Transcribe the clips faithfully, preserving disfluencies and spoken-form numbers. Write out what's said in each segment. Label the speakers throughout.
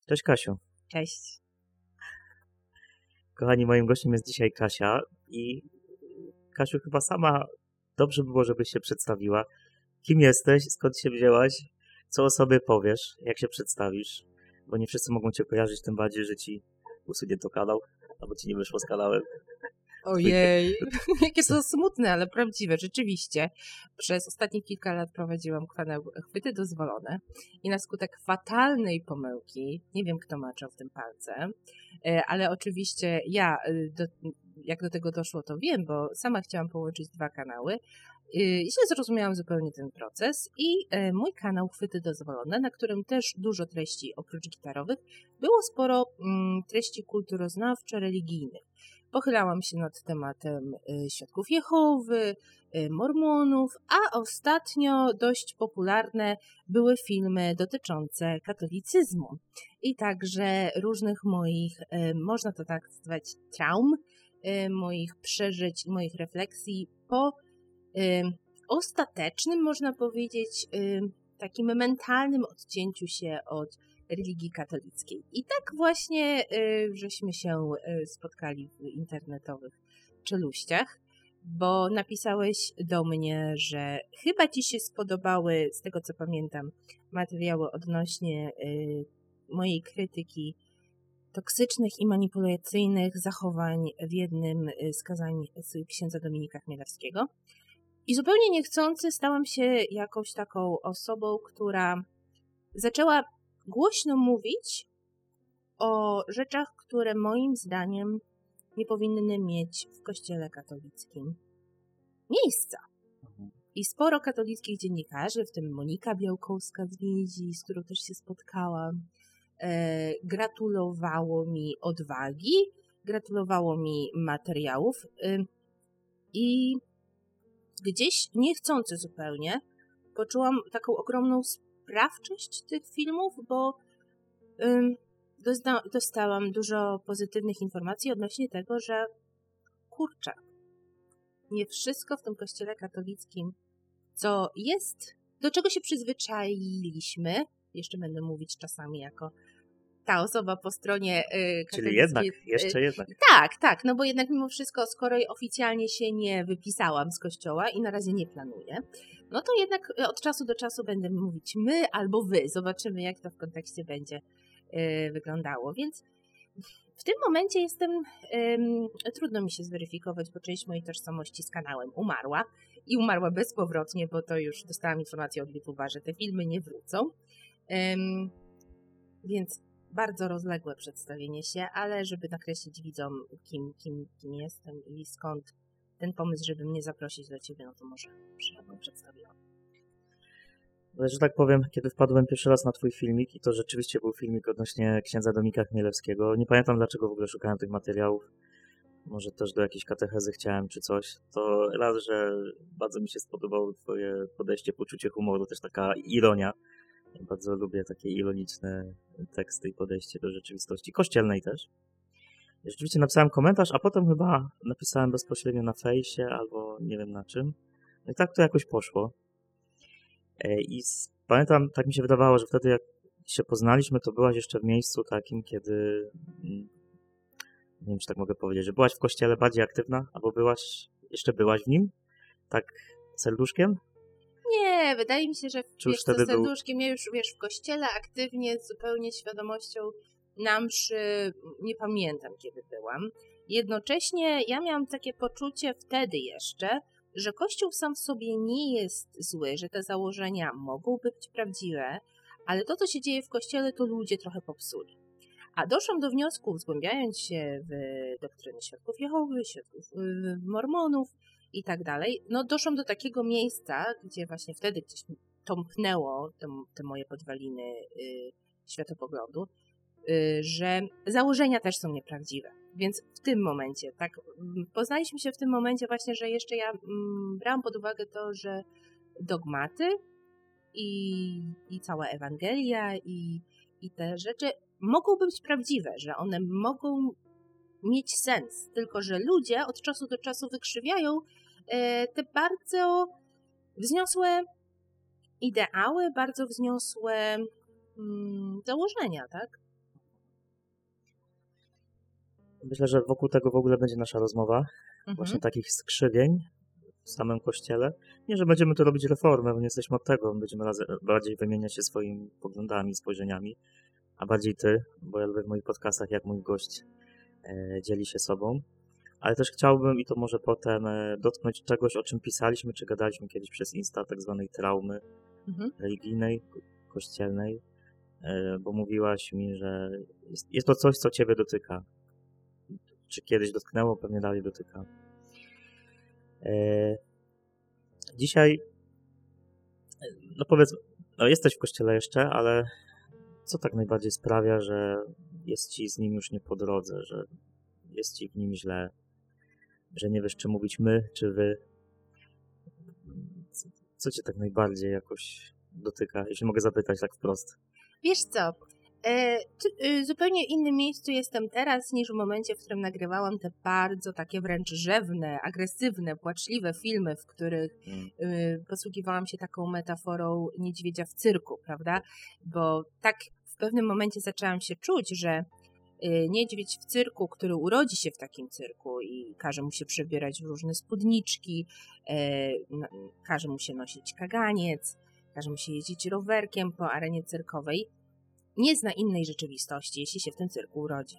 Speaker 1: Cześć Kasiu.
Speaker 2: Cześć.
Speaker 1: Kochani, moim gościem jest dzisiaj Kasia i Kasiu, chyba sama dobrze by było, żebyś się przedstawiła. Kim jesteś, skąd się wzięłaś, co o sobie powiesz, jak się przedstawisz, bo nie wszyscy mogą cię kojarzyć, tym bardziej, że ci usunięto kanał, albo ci nie wyszło z kanałem.
Speaker 2: Ojej, jakie to smutne, ale prawdziwe, rzeczywiście. Przez ostatnie kilka lat prowadziłam kanał Chwyty Dozwolone i na skutek fatalnej pomyłki, nie wiem kto maczał w tym palce, ale oczywiście ja, do, jak do tego doszło, to wiem, bo sama chciałam połączyć dwa kanały i źle zrozumiałam zupełnie ten proces i mój kanał Chwyty Dozwolone, na którym też dużo treści oprócz gitarowych, było sporo treści kulturoznawczo-religijnych. Pochylałam się nad tematem Świadków Jehowy, Mormonów, a ostatnio dość popularne były filmy dotyczące katolicyzmu i także różnych moich, można to tak nazwać, traum, moich przeżyć, moich refleksji po ostatecznym, można powiedzieć, takim mentalnym odcięciu się od religii katolickiej. I tak właśnie y, żeśmy się y, spotkali w internetowych czeluściach, bo napisałeś do mnie, że chyba ci się spodobały, z tego co pamiętam, materiały odnośnie y, mojej krytyki toksycznych i manipulacyjnych zachowań w jednym z kazań księdza Dominika Chmielewskiego. I zupełnie niechcący stałam się jakąś taką osobą, która zaczęła głośno mówić o rzeczach, które moim zdaniem nie powinny mieć w Kościele katolickim miejsca. I sporo katolickich dziennikarzy, w tym Monika Białkowska z Więzi, z którą też się spotkałam, e, gratulowało mi odwagi, gratulowało mi materiałów e, i gdzieś niechcący zupełnie poczułam taką ogromną sprawczość tych filmów, bo ym, dosta- dostałam dużo pozytywnych informacji odnośnie tego, że kurczę, nie wszystko w tym kościele katolickim, co jest, do czego się przyzwyczailiśmy, jeszcze będę mówić czasami jako ta osoba po stronie y, katolickiej.
Speaker 1: Czyli jednak, jeszcze jednak.
Speaker 2: Y, tak, tak, no bo jednak mimo wszystko, skoro oficjalnie się nie wypisałam z kościoła i na razie nie planuję, no to jednak od czasu do czasu będę mówić my albo wy. Zobaczymy, jak to w kontekście będzie y, wyglądało. Więc w tym momencie jestem, y, trudno mi się zweryfikować, bo część mojej tożsamości z kanałem umarła i umarła bezpowrotnie, bo to już dostałam informację od YouTube'a, że te filmy nie wrócą. Y, więc bardzo rozległe przedstawienie się, ale żeby nakreślić widzom, kim, kim, kim jestem i skąd ten pomysł, żeby mnie zaprosić do ciebie, no to może przynajmniej przedstawiłam.
Speaker 1: Że tak powiem, kiedy wpadłem pierwszy raz na twój filmik i to rzeczywiście był filmik odnośnie księdza Dominika Chmielewskiego, nie pamiętam dlaczego w ogóle szukałem tych materiałów, może też do jakiejś katechezy chciałem czy coś, to raz, że bardzo mi się spodobało twoje podejście, poczucie humoru, też taka ironia. Bardzo lubię takie ironiczne teksty i podejście do rzeczywistości, kościelnej też. I rzeczywiście napisałem komentarz, a potem chyba napisałem bezpośrednio na fejsie albo nie wiem na czym. No i tak to jakoś poszło. I z, pamiętam, tak mi się wydawało, że wtedy jak się poznaliśmy, to byłaś jeszcze w miejscu takim, kiedy, nie wiem czy tak mogę powiedzieć, że byłaś w kościele bardziej aktywna, albo byłaś, jeszcze byłaś w nim, tak serduszkiem?
Speaker 2: Nie, wydaje mi się, że wiesz,
Speaker 1: wtedy
Speaker 2: z serduszkiem, był... ja już wiesz, w kościele aktywnie, z zupełnie świadomością na mszy, nie pamiętam kiedy byłam. Jednocześnie ja miałam takie poczucie wtedy jeszcze, że Kościół sam w sobie nie jest zły, że te założenia mogą być prawdziwe, ale to, co się dzieje w Kościele, to ludzie trochę popsuli. A doszłam do wniosku, zgłębiając się w doktryny Świadków Jehowy, Świadków Mormonów i tak dalej, no doszłam do takiego miejsca, gdzie właśnie wtedy gdzieś tąpnęło te, te moje podwaliny y, światopoglądu, y, że założenia też są nieprawdziwe. Więc w tym momencie, tak, poznaliśmy się w tym momencie właśnie, że jeszcze ja mm, brałam pod uwagę to, że dogmaty i, i cała Ewangelia i, i te rzeczy mogą być prawdziwe, że one mogą mieć sens, tylko że ludzie od czasu do czasu wykrzywiają e, te bardzo wzniosłe ideały, bardzo wzniosłe mm, założenia, tak?
Speaker 1: Myślę, że wokół tego w ogóle będzie nasza rozmowa,
Speaker 2: Mhm.
Speaker 1: właśnie takich skrzywień w samym Kościele. Nie, że będziemy tu robić reformę, bo nie jesteśmy od tego, będziemy razem, bardziej wymieniać się swoimi poglądami, spojrzeniami, a bardziej ty, bo ja lubię w moich podcastach, jak mój gość e, dzieli się sobą. Ale też chciałbym, i to może potem, e, dotknąć czegoś, o czym pisaliśmy, czy gadaliśmy kiedyś przez Insta, tak zwanej traumy
Speaker 2: Mhm.
Speaker 1: religijnej, ko- kościelnej, e, bo mówiłaś mi, że jest, jest to coś, co ciebie dotyka. Czy kiedyś dotknęło, pewnie dalej dotyka. E, dzisiaj, e, no powiedz, no jesteś w kościele jeszcze, ale co tak najbardziej sprawia, że jest ci z nim już nie po drodze, że jest ci w nim źle, że nie wiesz, czy mówić my, czy wy? Co, co cię tak najbardziej jakoś dotyka, jeśli mogę zapytać tak wprost?
Speaker 2: Wiesz co, e, ty, y, zupełnie innym miejscu jestem teraz niż w momencie, w którym nagrywałam te bardzo takie wręcz rzewne, agresywne, płaczliwe filmy, w których
Speaker 1: Hmm.
Speaker 2: y, posługiwałam się taką metaforą niedźwiedzia w cyrku, prawda? Bo tak w pewnym momencie zaczęłam się czuć, że y, niedźwiedź w cyrku, który urodzi się w takim cyrku i każe mu się przebierać w różne spódniczki, e, no, każe mu się nosić kaganiec, każe mu się jeździć rowerkiem po arenie cyrkowej, nie zna innej rzeczywistości, jeśli się w tym cyrku urodzi.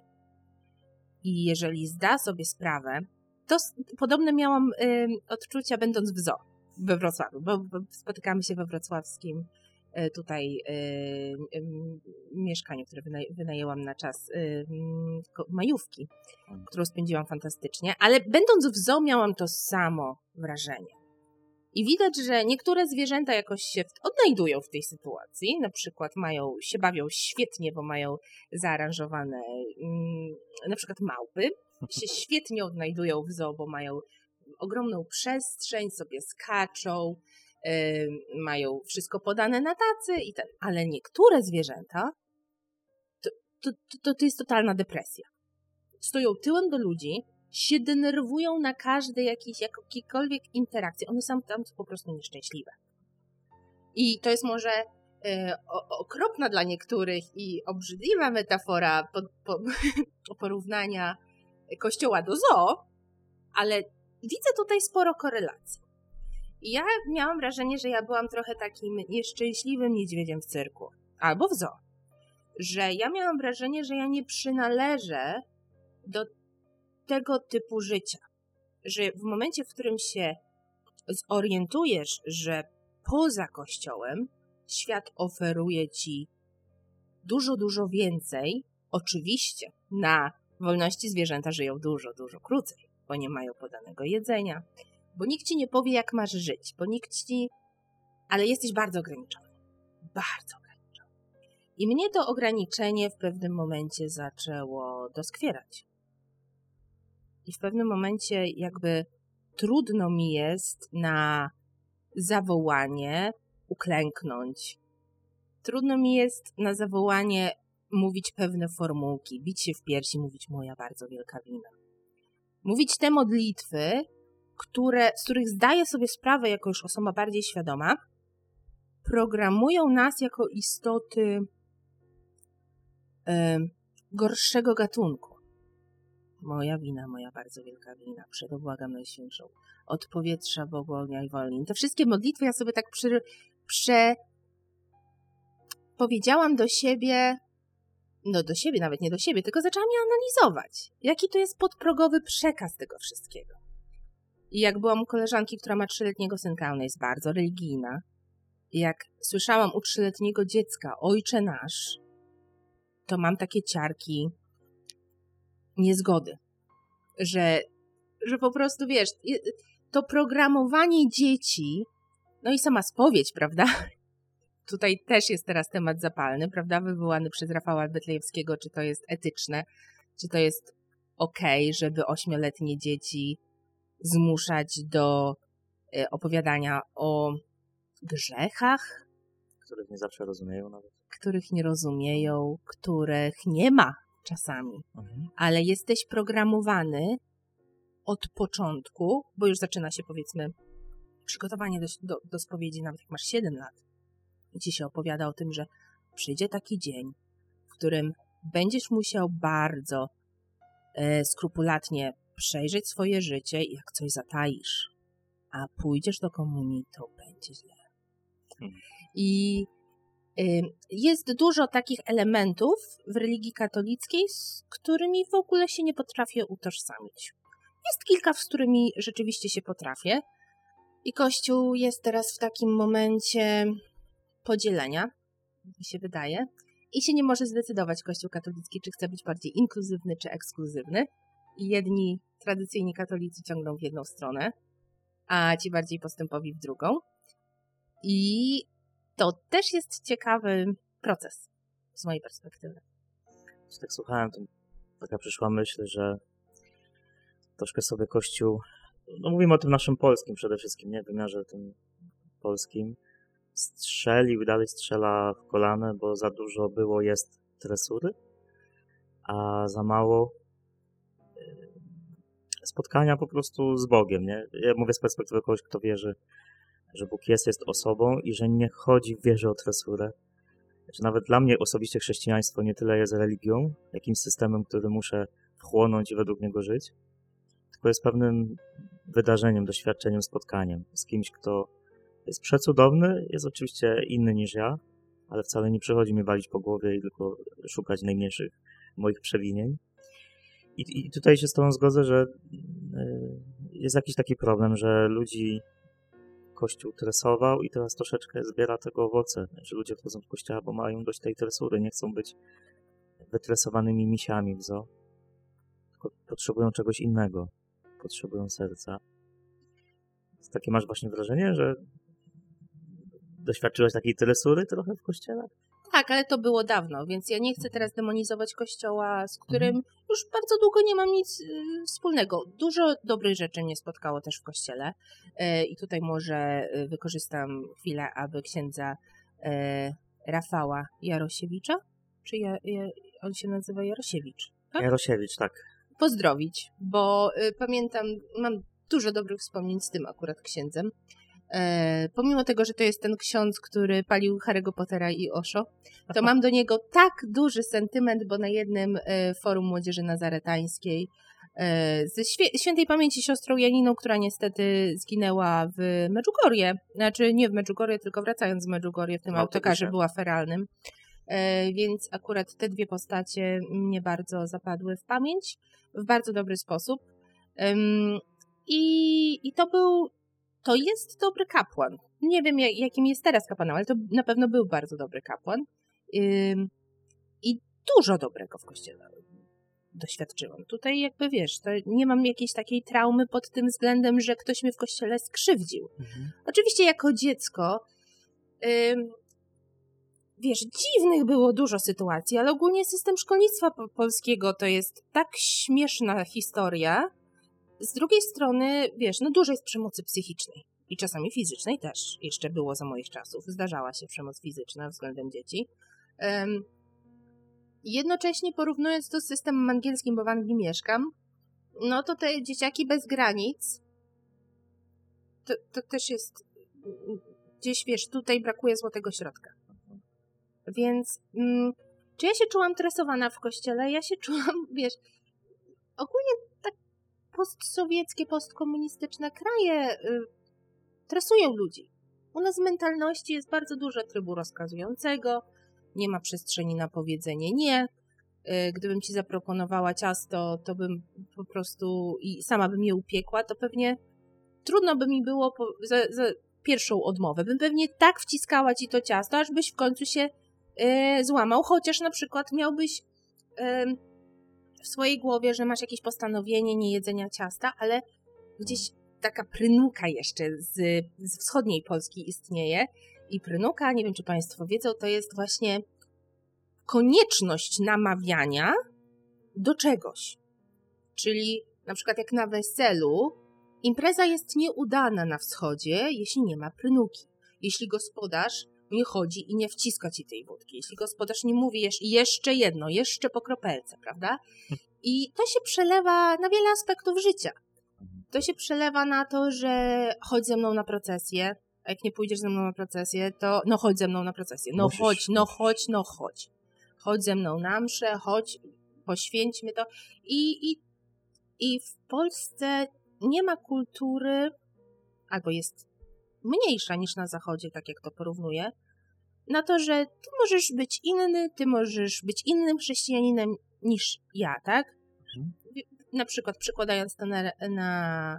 Speaker 2: I jeżeli zda sobie sprawę, to s- podobne miałam y, odczucia będąc w zoo we Wrocławiu, bo, bo spotykamy się we wrocławskim y, tutaj y, y, mieszkaniu, które wynaj- wynajęłam na czas y, ko- majówki, którą spędziłam fantastycznie, ale będąc w zoo miałam to samo wrażenie. I widać, że niektóre zwierzęta jakoś się odnajdują w tej sytuacji. Na przykład mają, się bawią świetnie, bo mają zaaranżowane, mm, na przykład małpy się świetnie odnajdują w zoo, bo mają ogromną przestrzeń, sobie skaczą, yy, mają wszystko podane na tacy i tak. Ale niektóre zwierzęta to, to, to, to jest totalna depresja. Stoją tyłem do ludzi, się denerwują na każdej jakiejś, jakiejkolwiek interakcji. One są tam po prostu nieszczęśliwe. I to jest może e, o, okropna dla niektórych i obrzydliwa metafora po, po, porównania kościoła do zoo, ale widzę tutaj sporo korelacji. I ja miałam wrażenie, że ja byłam trochę takim nieszczęśliwym niedźwiedziem w cyrku. Albo w zoo. Że ja miałam wrażenie, że ja nie przynależę do tego typu życia. Że w momencie, w którym się zorientujesz, że poza Kościołem świat oferuje ci dużo, dużo więcej, oczywiście na wolności zwierzęta żyją dużo, dużo krócej, bo nie mają podanego jedzenia, bo nikt ci nie powie, jak masz żyć, bo nikt ci... Ale jesteś bardzo ograniczony. Bardzo ograniczony. I mnie to ograniczenie w pewnym momencie zaczęło doskwierać. I w pewnym momencie jakby trudno mi jest na zawołanie uklęknąć. Trudno mi jest na zawołanie mówić pewne formułki, bić się w piersi, mówić moja bardzo wielka wina. Mówić te modlitwy, które, z których zdaję sobie sprawę jako już osoba bardziej świadoma, programują nas jako istoty y, gorszego gatunku. Moja wina, moja bardzo wielka wina, przedobłagam Najświętszą. Od powietrza Bogu ognia i wolni. Te wszystkie modlitwy ja sobie tak przy, prze... powiedziałam do siebie, no do siebie, nawet nie do siebie, tylko zaczęłam je analizować. Jaki to jest podprogowy przekaz tego wszystkiego. I jak byłam u koleżanki, która ma trzyletniego synka, ona jest bardzo religijna, i jak słyszałam u trzyletniego dziecka Ojcze Nasz, to mam takie ciarki niezgody. Że, że po prostu, wiesz, to programowanie dzieci, no i sama spowiedź, prawda? Tutaj też jest teraz temat zapalny, prawda? Wywołany przez Rafała Betlejewskiego, czy to jest etyczne, czy to jest okej, żeby ośmioletnie dzieci zmuszać do opowiadania o grzechach,
Speaker 1: Których nie zawsze rozumieją nawet.
Speaker 2: Których nie rozumieją, których nie ma czasami. Mhm. Ale jesteś programowany od początku, bo już zaczyna się, powiedzmy, przygotowanie do, do, do spowiedzi, nawet jak masz siedem lat. I ci się opowiada o tym, że przyjdzie taki dzień, w którym będziesz musiał bardzo skrupulatnie przejrzeć swoje życie i jak coś zataisz, a pójdziesz do komunii, to będzie źle.
Speaker 1: Hmm.
Speaker 2: I jest dużo takich elementów w religii katolickiej, z którymi w ogóle się nie potrafię utożsamić. Jest kilka, z którymi rzeczywiście się potrafię. I Kościół jest teraz w takim momencie podzielenia, mi się wydaje, i się nie może zdecydować Kościół katolicki, czy chce być bardziej inkluzywny, czy ekskluzywny. I jedni tradycyjni katolicy ciągną w jedną stronę, a ci bardziej postępowi w drugą. I to też jest ciekawy proces z mojej perspektywy.
Speaker 1: Tak słuchałem, to taka przyszła myśl, że troszkę sobie Kościół, no mówimy o tym naszym polskim przede wszystkim, nie w wymiarze tym polskim, strzelił i dalej strzela w kolano, bo za dużo było, jest tresury, a za mało spotkania po prostu z Bogiem, nie? Ja mówię z perspektywy kogoś, kto wierzy, że Bóg jest, jest osobą i że nie chodzi w wierze o tresurę. Znaczy, nawet dla mnie osobiście chrześcijaństwo nie tyle jest religią, jakimś systemem, który muszę wchłonąć i według niego żyć, tylko jest pewnym wydarzeniem, doświadczeniem, spotkaniem z kimś, kto jest przecudowny, jest oczywiście inny niż ja, ale wcale nie przychodzi mi walić po głowie i tylko szukać najmniejszych moich przewinień. I, i tutaj się z tobą zgodzę, że jest jakiś taki problem, że ludzi Kościół tresował i teraz troszeczkę zbiera tego owoce, że ludzie wchodzą w kościoła, bo mają dość tej tresury, nie chcą być wytresowanymi misiami w zoo, tylko potrzebują czegoś innego, potrzebują serca. Takie masz właśnie wrażenie, że doświadczyłeś takiej tresury trochę w kościele?
Speaker 2: Tak, ale to było dawno, więc ja nie chcę teraz demonizować Kościoła, z którym już bardzo długo nie mam nic y, wspólnego. Dużo dobrych rzeczy mnie spotkało też w Kościele y, i tutaj może y, wykorzystam chwilę, aby księdza y, Rafała Jarosiewicza, czy ja, ja, on się nazywa Jarosiewicz? Tak?
Speaker 1: Jarosiewicz, tak.
Speaker 2: Pozdrowić, bo y, pamiętam, mam dużo dobrych wspomnień z tym akurat księdzem. E, pomimo tego, że to jest ten ksiądz, który palił Harry'ego Pottera i Osho, to mam do niego tak duży sentyment, bo na jednym e, forum młodzieży nazaretańskiej e, ze świe- świętej pamięci siostrą Janiną, która niestety zginęła w Medjugorje, znaczy nie w Medjugorje, tylko wracając z Medjugorje w tym
Speaker 1: No,
Speaker 2: autokarze była feralnym, e, więc akurat te dwie postacie mnie bardzo zapadły w pamięć w bardzo dobry sposób. Um, i, I to był To jest dobry kapłan. Nie wiem, jakim jest teraz kapłanem, ale to na pewno był bardzo dobry kapłan. I dużo dobrego w Kościele doświadczyłam. Tutaj jakby wiesz, to nie mam jakiejś takiej traumy pod tym względem, że ktoś mnie w Kościele skrzywdził. Mhm. Oczywiście jako dziecko wiesz, dziwnych było dużo sytuacji, ale ogólnie system szkolnictwa polskiego to jest tak śmieszna historia. Z drugiej strony, wiesz, no dużo jest przemocy psychicznej i czasami fizycznej też. Jeszcze było za moich czasów. Zdarzała się przemoc fizyczna względem dzieci. Um, jednocześnie porównując to z systemem angielskim, bo w Anglii mieszkam, no to te dzieciaki bez granic to, to też jest gdzieś, wiesz, tutaj brakuje złotego środka. Więc um, czy ja się czułam tresowana w kościele? Ja się czułam, wiesz, ogólnie tak postsowieckie, postkomunistyczne kraje y, tresują ludzi. U nas w mentalności jest bardzo dużo trybu rozkazującego, nie ma przestrzeni na powiedzenie nie. Y, gdybym ci zaproponowała ciasto, to bym po prostu i sama bym je upiekła, to pewnie trudno by mi było po, za, za pierwszą odmowę. Bym pewnie tak wciskała ci to ciasto, aż byś w końcu się y, złamał, chociaż na przykład miałbyś y, w swojej głowie, że masz jakieś postanowienie niejedzenia ciasta, ale gdzieś taka prynuka jeszcze z, z wschodniej Polski istnieje i prynuka, nie wiem czy Państwo wiedzą, to jest właśnie konieczność namawiania do czegoś. Czyli na przykład jak na weselu impreza jest nieudana na wschodzie, jeśli nie ma prynuki. Jeśli gospodarz nie chodzi i nie wciska ci tej wódki. Jeśli gospodarz nie mówi jeszcze jedno, jeszcze po kropelce, prawda? I to się przelewa na wiele aspektów życia. To się przelewa na to, że chodź ze mną na procesję, a jak nie pójdziesz ze mną na procesję, to no chodź ze mną na procesję. No musisz, chodź, no musisz. chodź, no chodź. Chodź ze mną na mszę, chodź, poświęćmy to. I, i I w Polsce nie ma kultury, albo jest mniejsza niż na Zachodzie, tak jak to porównuję, na to, że ty możesz być inny, ty możesz być innym chrześcijaninem niż ja, tak?
Speaker 1: Mhm.
Speaker 2: Na przykład przykładając to na, na,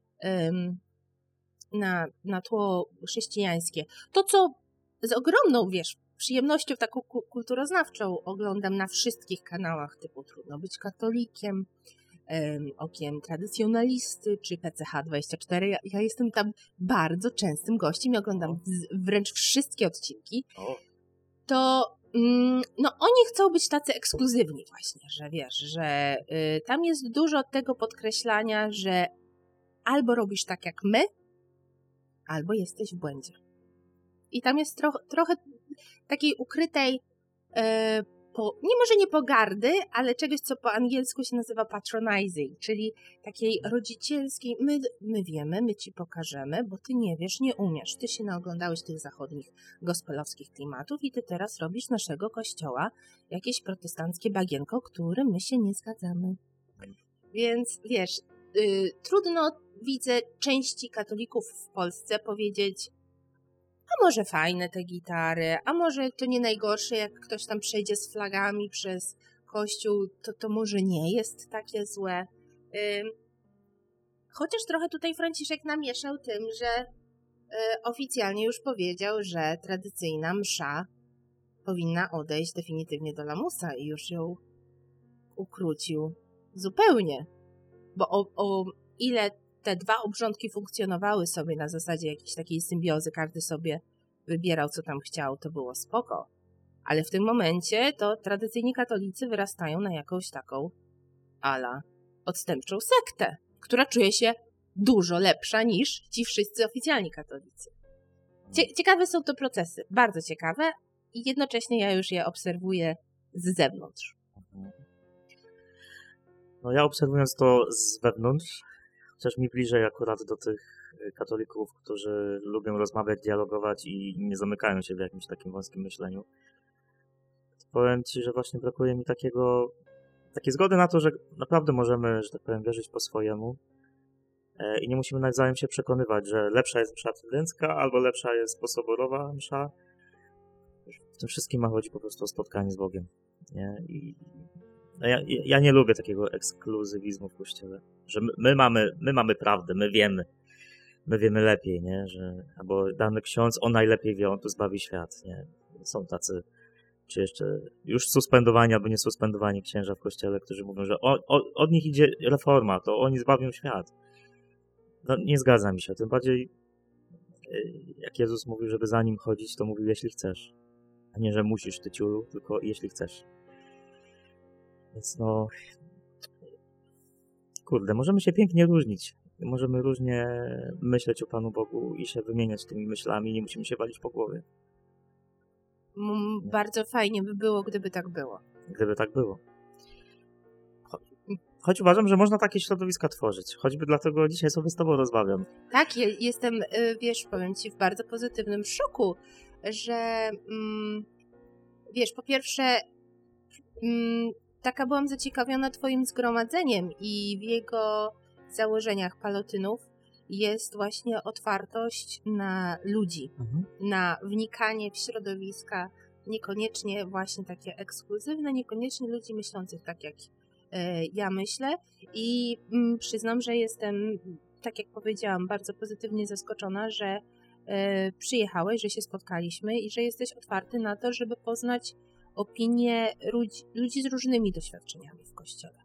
Speaker 2: na, na tło chrześcijańskie. To, co z ogromną, wiesz, przyjemnością taką kulturoznawczą oglądam na wszystkich kanałach typu Trudno być katolikiem, Okiem tradycjonalisty, czy P C H dwadzieścia cztery. Ja, ja jestem tam bardzo częstym gościem i oglądam z, wręcz wszystkie odcinki. To mm, no oni chcą być tacy ekskluzywni właśnie, że wiesz, że y, tam jest dużo tego podkreślania, że albo robisz tak jak my, albo jesteś w błędzie. I tam jest tro, trochę takiej ukrytej y, Po, nie może nie pogardy, ale czegoś, co po angielsku się nazywa patronizing, czyli takiej rodzicielskiej, my, my wiemy, my ci pokażemy, bo ty nie wiesz, nie umiesz, ty się naoglądałeś tych zachodnich gospelowskich klimatów i ty teraz robisz naszego kościoła jakieś protestanckie bagienko, którym my się nie zgadzamy. Więc wiesz, y, trudno widzę części katolików w Polsce powiedzieć: a może fajne te gitary, a może to nie najgorsze, jak ktoś tam przejdzie z flagami przez kościół, to to może nie jest takie złe. Ym, chociaż trochę tutaj Franciszek namieszał tym, że y, oficjalnie już powiedział, że tradycyjna msza powinna odejść definitywnie do lamusa i już ją ukrócił zupełnie. Bo o, o ile te dwa obrządki funkcjonowały sobie na zasadzie jakiejś takiej symbiozy, każdy sobie wybierał, co tam chciał, to było spoko. Ale w tym momencie to tradycyjni katolicy wyrastają na jakąś taką ala odstępczą sektę, która czuje się dużo lepsza niż ci wszyscy oficjalni katolicy. Ciekawe są to procesy, bardzo ciekawe i jednocześnie ja już je obserwuję z zewnątrz.
Speaker 1: No ja obserwując to z wewnątrz, chociaż mi bliżej akurat do tych katolików, którzy lubią rozmawiać, dialogować i nie zamykają się w jakimś takim wąskim myśleniu. Powiem ci, że właśnie brakuje mi takiego, takiej zgody na to, że naprawdę możemy, że tak powiem, wierzyć po swojemu i nie musimy nawzajem się przekonywać, że lepsza jest msza trydencka albo lepsza jest posoborowa msza. W tym wszystkim ma chodzi po prostu o spotkanie z Bogiem. Nie? I ja, ja nie lubię takiego ekskluzywizmu w Kościele, że my, my, mamy, my mamy prawdę, my wiemy. My wiemy lepiej, nie? Że albo dany ksiądz, on najlepiej wie, on tu zbawi świat, nie? Są tacy, czy jeszcze już suspendowani albo nie suspendowani księża w kościele, którzy mówią, że o, o, od nich idzie reforma, to oni zbawią świat. No, nie zgadza mi się. Tym bardziej, jak Jezus mówił, żeby za nim chodzić, to mówił, jeśli chcesz. A nie, że musisz, ty ciulu, tylko jeśli chcesz. Więc no... Kurde, możemy się pięknie różnić. Możemy różnie myśleć o Panu Bogu i się wymieniać tymi myślami, nie musimy się walić po głowie.
Speaker 2: Mm, bardzo fajnie by było, gdyby tak było.
Speaker 1: Gdyby tak było. Cho- Choć uważam, że można takie środowiska tworzyć. Choćby dlatego dzisiaj sobie z Tobą rozmawiam.
Speaker 2: Tak, ja jestem, wiesz, powiem Ci, w bardzo pozytywnym szoku, że mm, wiesz, po pierwsze mm, taka byłam zaciekawiona Twoim zgromadzeniem i w jego założeniach palotynów jest właśnie otwartość na ludzi, mhm. na wnikanie w środowiska, niekoniecznie właśnie takie ekskluzywne, niekoniecznie ludzi myślących tak, jak e, ja myślę i mm, przyznam, że jestem, tak jak powiedziałam, bardzo pozytywnie zaskoczona, że e, przyjechałeś, że się spotkaliśmy i że jesteś otwarty na to, żeby poznać opinie ludzi, ludzi z różnymi doświadczeniami w Kościele.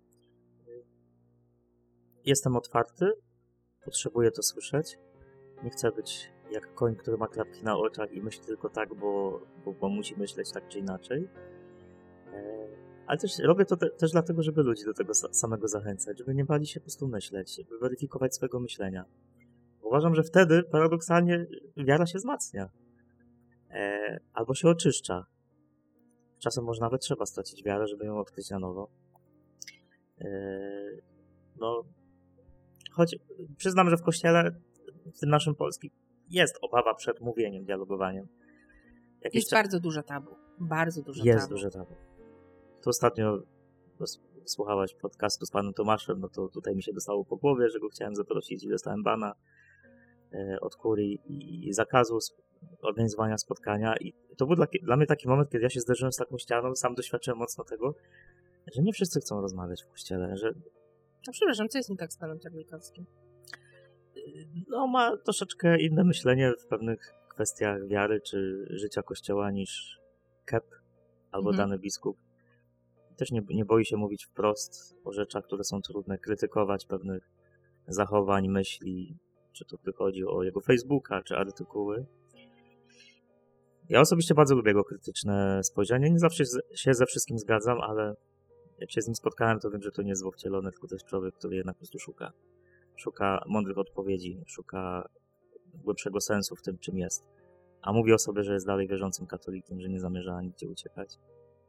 Speaker 1: Jestem otwarty, potrzebuję to słyszeć. Nie chcę być jak koń, który ma klapki na oczach i myśli tylko tak, bo, bo, bo musi myśleć tak czy inaczej. E, ale też robię to te, też dlatego, żeby ludzi do tego samego zachęcać, żeby nie bali się po prostu myśleć, żeby weryfikować swojego myślenia. Uważam, że wtedy paradoksalnie wiara się wzmacnia. E, albo się oczyszcza. Czasem może nawet trzeba stracić wiarę, żeby ją odkryć na nowo. E, no... Choć przyznam, że w Kościele, w tym naszym polskim, jest obawa przed mówieniem, dialogowaniem.
Speaker 2: Jakieś jest czas... bardzo duże tabu. Bardzo duże
Speaker 1: jest
Speaker 2: tabu.
Speaker 1: duże tabu. To ostatnio słuchałaś podcastu z panem Tomaszem, no to tutaj mi się dostało po głowie, że go chciałem zaprosić i dostałem bana e, od kurii i zakazu organizowania spotkania. I to był dla, dla mnie taki moment, kiedy ja się zderzyłem z taką ścianą, sam doświadczyłem mocno tego, że nie wszyscy chcą rozmawiać w kościele, że...
Speaker 2: No przepraszam, co jest nie tak z panem Terlikowskim?
Speaker 1: No ma troszeczkę inne myślenie w pewnych kwestiach wiary czy życia kościoła niż Kep albo
Speaker 2: Mhm.
Speaker 1: dany biskup. Też nie, nie boi się mówić wprost o rzeczach, które są trudne, krytykować pewnych zachowań, myśli, czy to chodzi o jego Facebooka, czy artykuły. Ja osobiście bardzo lubię jego krytyczne spojrzenie. Nie zawsze się ze wszystkim zgadzam, ale jak się z nim spotkałem, to wiem, że to nie jest złowcielone, tylko to jest człowiek, który jednak po prostu szuka. Szuka mądrych odpowiedzi, szuka głębszego sensu w tym, czym jest. A mówi o sobie, że jest dalej wierzącym katolikiem, że nie zamierza nigdzie uciekać.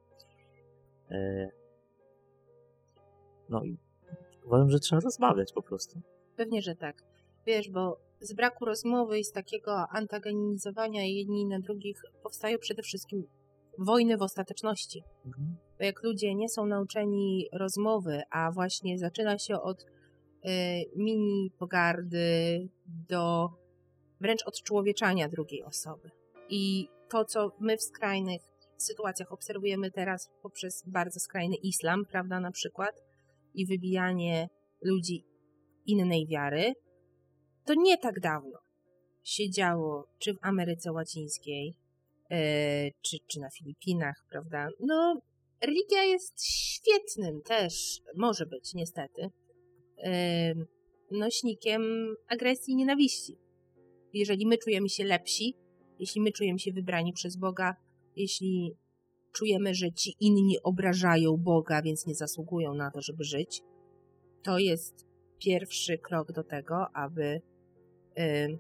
Speaker 1: No i uważam, że trzeba rozmawiać po prostu.
Speaker 2: Pewnie, że tak. Wiesz, bo z braku rozmowy i z takiego antagonizowania jedni na drugich powstają przede wszystkim wojny w ostateczności. Mhm. Bo jak ludzie nie są nauczeni rozmowy, a właśnie zaczyna się od y, mini pogardy do wręcz odczłowieczania drugiej osoby. I to, co my w skrajnych sytuacjach obserwujemy teraz poprzez bardzo skrajny islam, prawda, na przykład, i wybijanie ludzi innej wiary, to nie tak dawno się działo, czy w Ameryce Łacińskiej, yy, czy, czy na Filipinach, prawda. No, religia jest świetnym też, może być niestety, yy, nośnikiem agresji i nienawiści. Jeżeli my czujemy się lepsi, jeśli my czujemy się wybrani przez Boga, jeśli czujemy, że ci inni obrażają Boga, więc nie zasługują na to, żeby żyć, to jest pierwszy krok do tego, aby yy,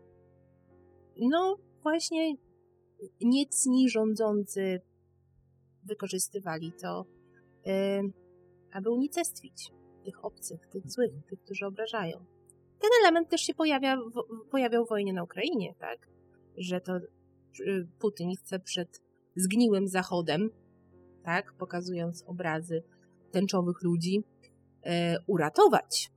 Speaker 2: no właśnie niecni rządzący wykorzystywali to, yy, aby unicestwić tych obcych, tych złych, tych, którzy obrażają. Ten element też się pojawia w, pojawiał w wojnie na Ukrainie, tak? Że to yy, Putin chce przed zgniłym Zachodem, tak? Pokazując obrazy tęczowych ludzi, yy, uratować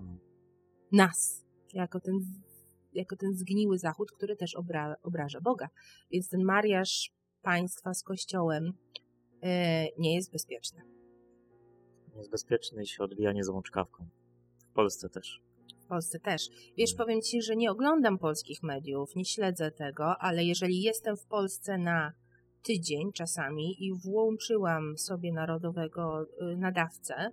Speaker 2: nas, jako ten, jako ten zgniły Zachód, który też obra, obraża Boga. Więc ten mariaż państwa z Kościołem yy, nie jest bezpieczny.
Speaker 1: Nie jest bezpieczny i się odbija niezłą czkawką. W Polsce też.
Speaker 2: W Polsce też. Wiesz, hmm. powiem Ci, że nie oglądam polskich mediów, nie śledzę tego, ale jeżeli jestem w Polsce na tydzień czasami i włączyłam sobie narodowego yy, nadawcę,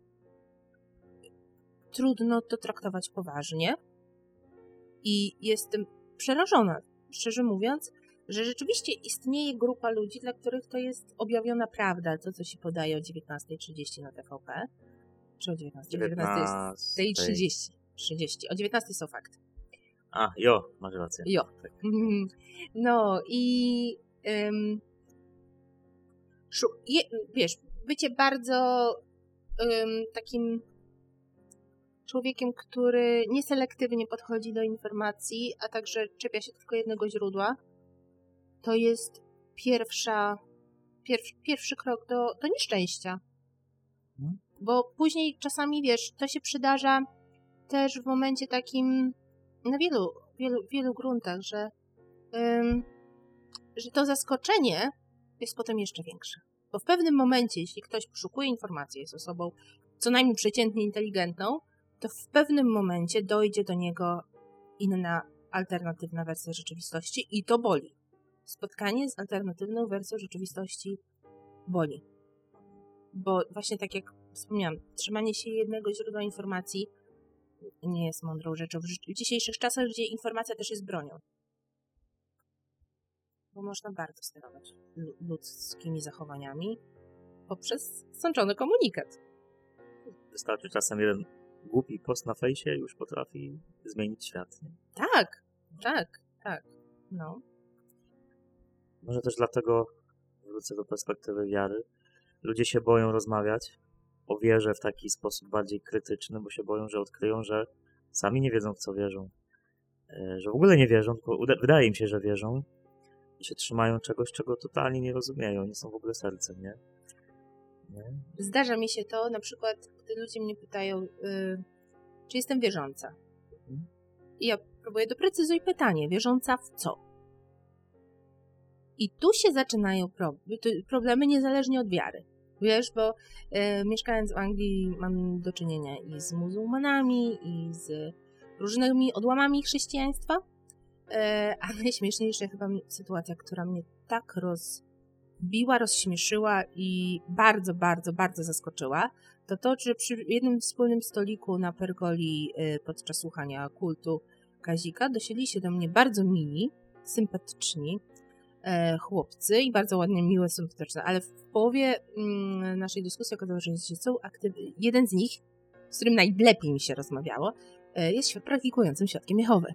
Speaker 2: trudno to traktować poważnie i jestem przerażona, szczerze mówiąc, że rzeczywiście istnieje grupa ludzi, dla których to jest objawiona prawda, to co się podaje o dziewiętnasta trzydzieści na T V P, czy o dziewiętnastej? dziewiętnasta trzydzieści. trzydzieści. O dziewiętnastej są fakty.
Speaker 1: A, jo, masz rację.
Speaker 2: Jo.
Speaker 1: Tak.
Speaker 2: No i um, je, wiesz, bycie bardzo um, takim człowiekiem, który nieselektywnie podchodzi do informacji, a także czepia się tylko jednego źródła, to jest pierwsza, pierwszy, pierwszy krok do, do nieszczęścia. Hmm. Bo później czasami, wiesz, to się przydarza też w momencie takim na wielu, wielu, wielu gruntach, że, ym, że to zaskoczenie jest potem jeszcze większe. Bo w pewnym momencie, jeśli ktoś poszukuje informacji, jest osobą co najmniej przeciętnie inteligentną, to w pewnym momencie dojdzie do niego inna, alternatywna wersja rzeczywistości i to boli. Spotkanie z alternatywną wersją rzeczywistości boli. Bo właśnie tak jak wspomniałam, trzymanie się jednego źródła informacji nie jest mądrą rzeczą. W dzisiejszych czasach, gdzie informacja też jest bronią. Bo można bardzo sterować ludzkimi zachowaniami poprzez sączony komunikat.
Speaker 1: Wystarczy czasem jeden głupi post na fejsie już potrafi zmienić świat. Nie?
Speaker 2: Tak, tak, tak. No.
Speaker 1: Może też dlatego, wrócę do perspektywy wiary, ludzie się boją rozmawiać o wierze w taki sposób bardziej krytyczny, bo się boją, że odkryją, że sami nie wiedzą, w co wierzą. Że w ogóle nie wierzą, tylko wydaje im się, że wierzą i się trzymają czegoś, czego totalnie nie rozumieją, nie są w ogóle sercem, nie? Nie?
Speaker 2: Zdarza mi się to, na przykład, gdy ludzie mnie pytają, yy, czy jestem wierząca.
Speaker 1: Mhm.
Speaker 2: I ja próbuję doprecyzować pytanie, wierząca w co? I tu się zaczynają pro- problemy niezależnie od wiary. Wiesz, bo e, mieszkając w Anglii mam do czynienia i z muzułmanami, i z różnymi odłamami chrześcijaństwa. E, a najśmieszniejsza chyba sytuacja, która mnie tak rozbiła, rozśmieszyła i bardzo, bardzo, bardzo zaskoczyła, to to, że przy jednym wspólnym stoliku na pergoli e, podczas słuchania kultu Kazika dosiedli się do mnie bardzo mili, sympatyczni chłopcy i bardzo ładnie, miłe, sympatyczne, ale w połowie mm, naszej dyskusji okazało się, że są aktywni. Jeden z nich, z którym najlepiej mi się rozmawiało, jest praktikującym świadkiem Jehowy.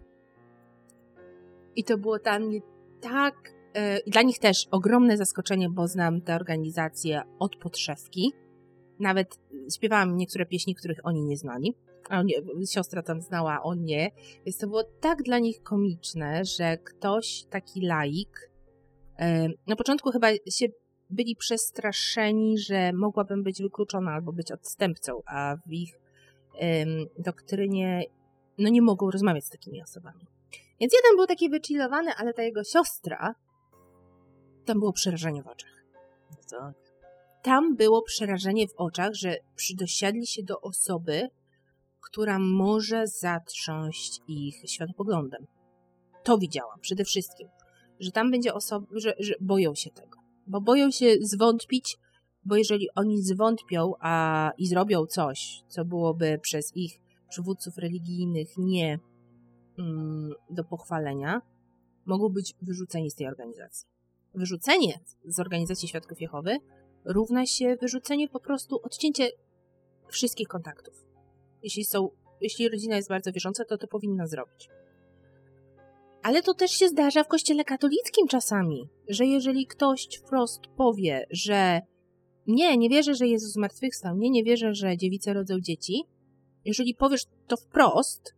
Speaker 2: I to było dla mnie tak, i dla nich też ogromne zaskoczenie, bo znam tę organizację od podszewki. Nawet śpiewałam niektóre pieśni, których oni nie znali. A on, siostra tam znała, on nie. Więc to było tak dla nich komiczne, że ktoś, taki laik, na początku chyba się byli przestraszeni, że mogłabym być wykluczona albo być odstępcą, a w ich um, doktrynie no nie mogą rozmawiać z takimi osobami. Więc jeden był taki wychillowany, ale ta jego siostra, tam było przerażenie w oczach.
Speaker 1: Tak.
Speaker 2: Tam było przerażenie w oczach, że przydosiadli się do osoby, która może zatrząść ich światopoglądem. To widziałam przede wszystkim. Że tam będzie osoba, że, że boją się tego. Bo boją się zwątpić, bo jeżeli oni zwątpią a, i zrobią coś, co byłoby przez ich przywódców religijnych nie mm, do pochwalenia, mogą być wyrzuceni z tej organizacji. Wyrzucenie z organizacji Świadków Jehowy równa się wyrzucenie po prostu, odcięcie wszystkich kontaktów. Jeśli są, jeśli rodzina jest bardzo wierząca, to to powinna zrobić. Ale to też się zdarza w kościele katolickim czasami, że jeżeli ktoś wprost powie, że nie, nie wierzę, że Jezus zmartwychwstał, nie, nie wierzę, że dziewice rodzą dzieci, jeżeli powiesz to wprost,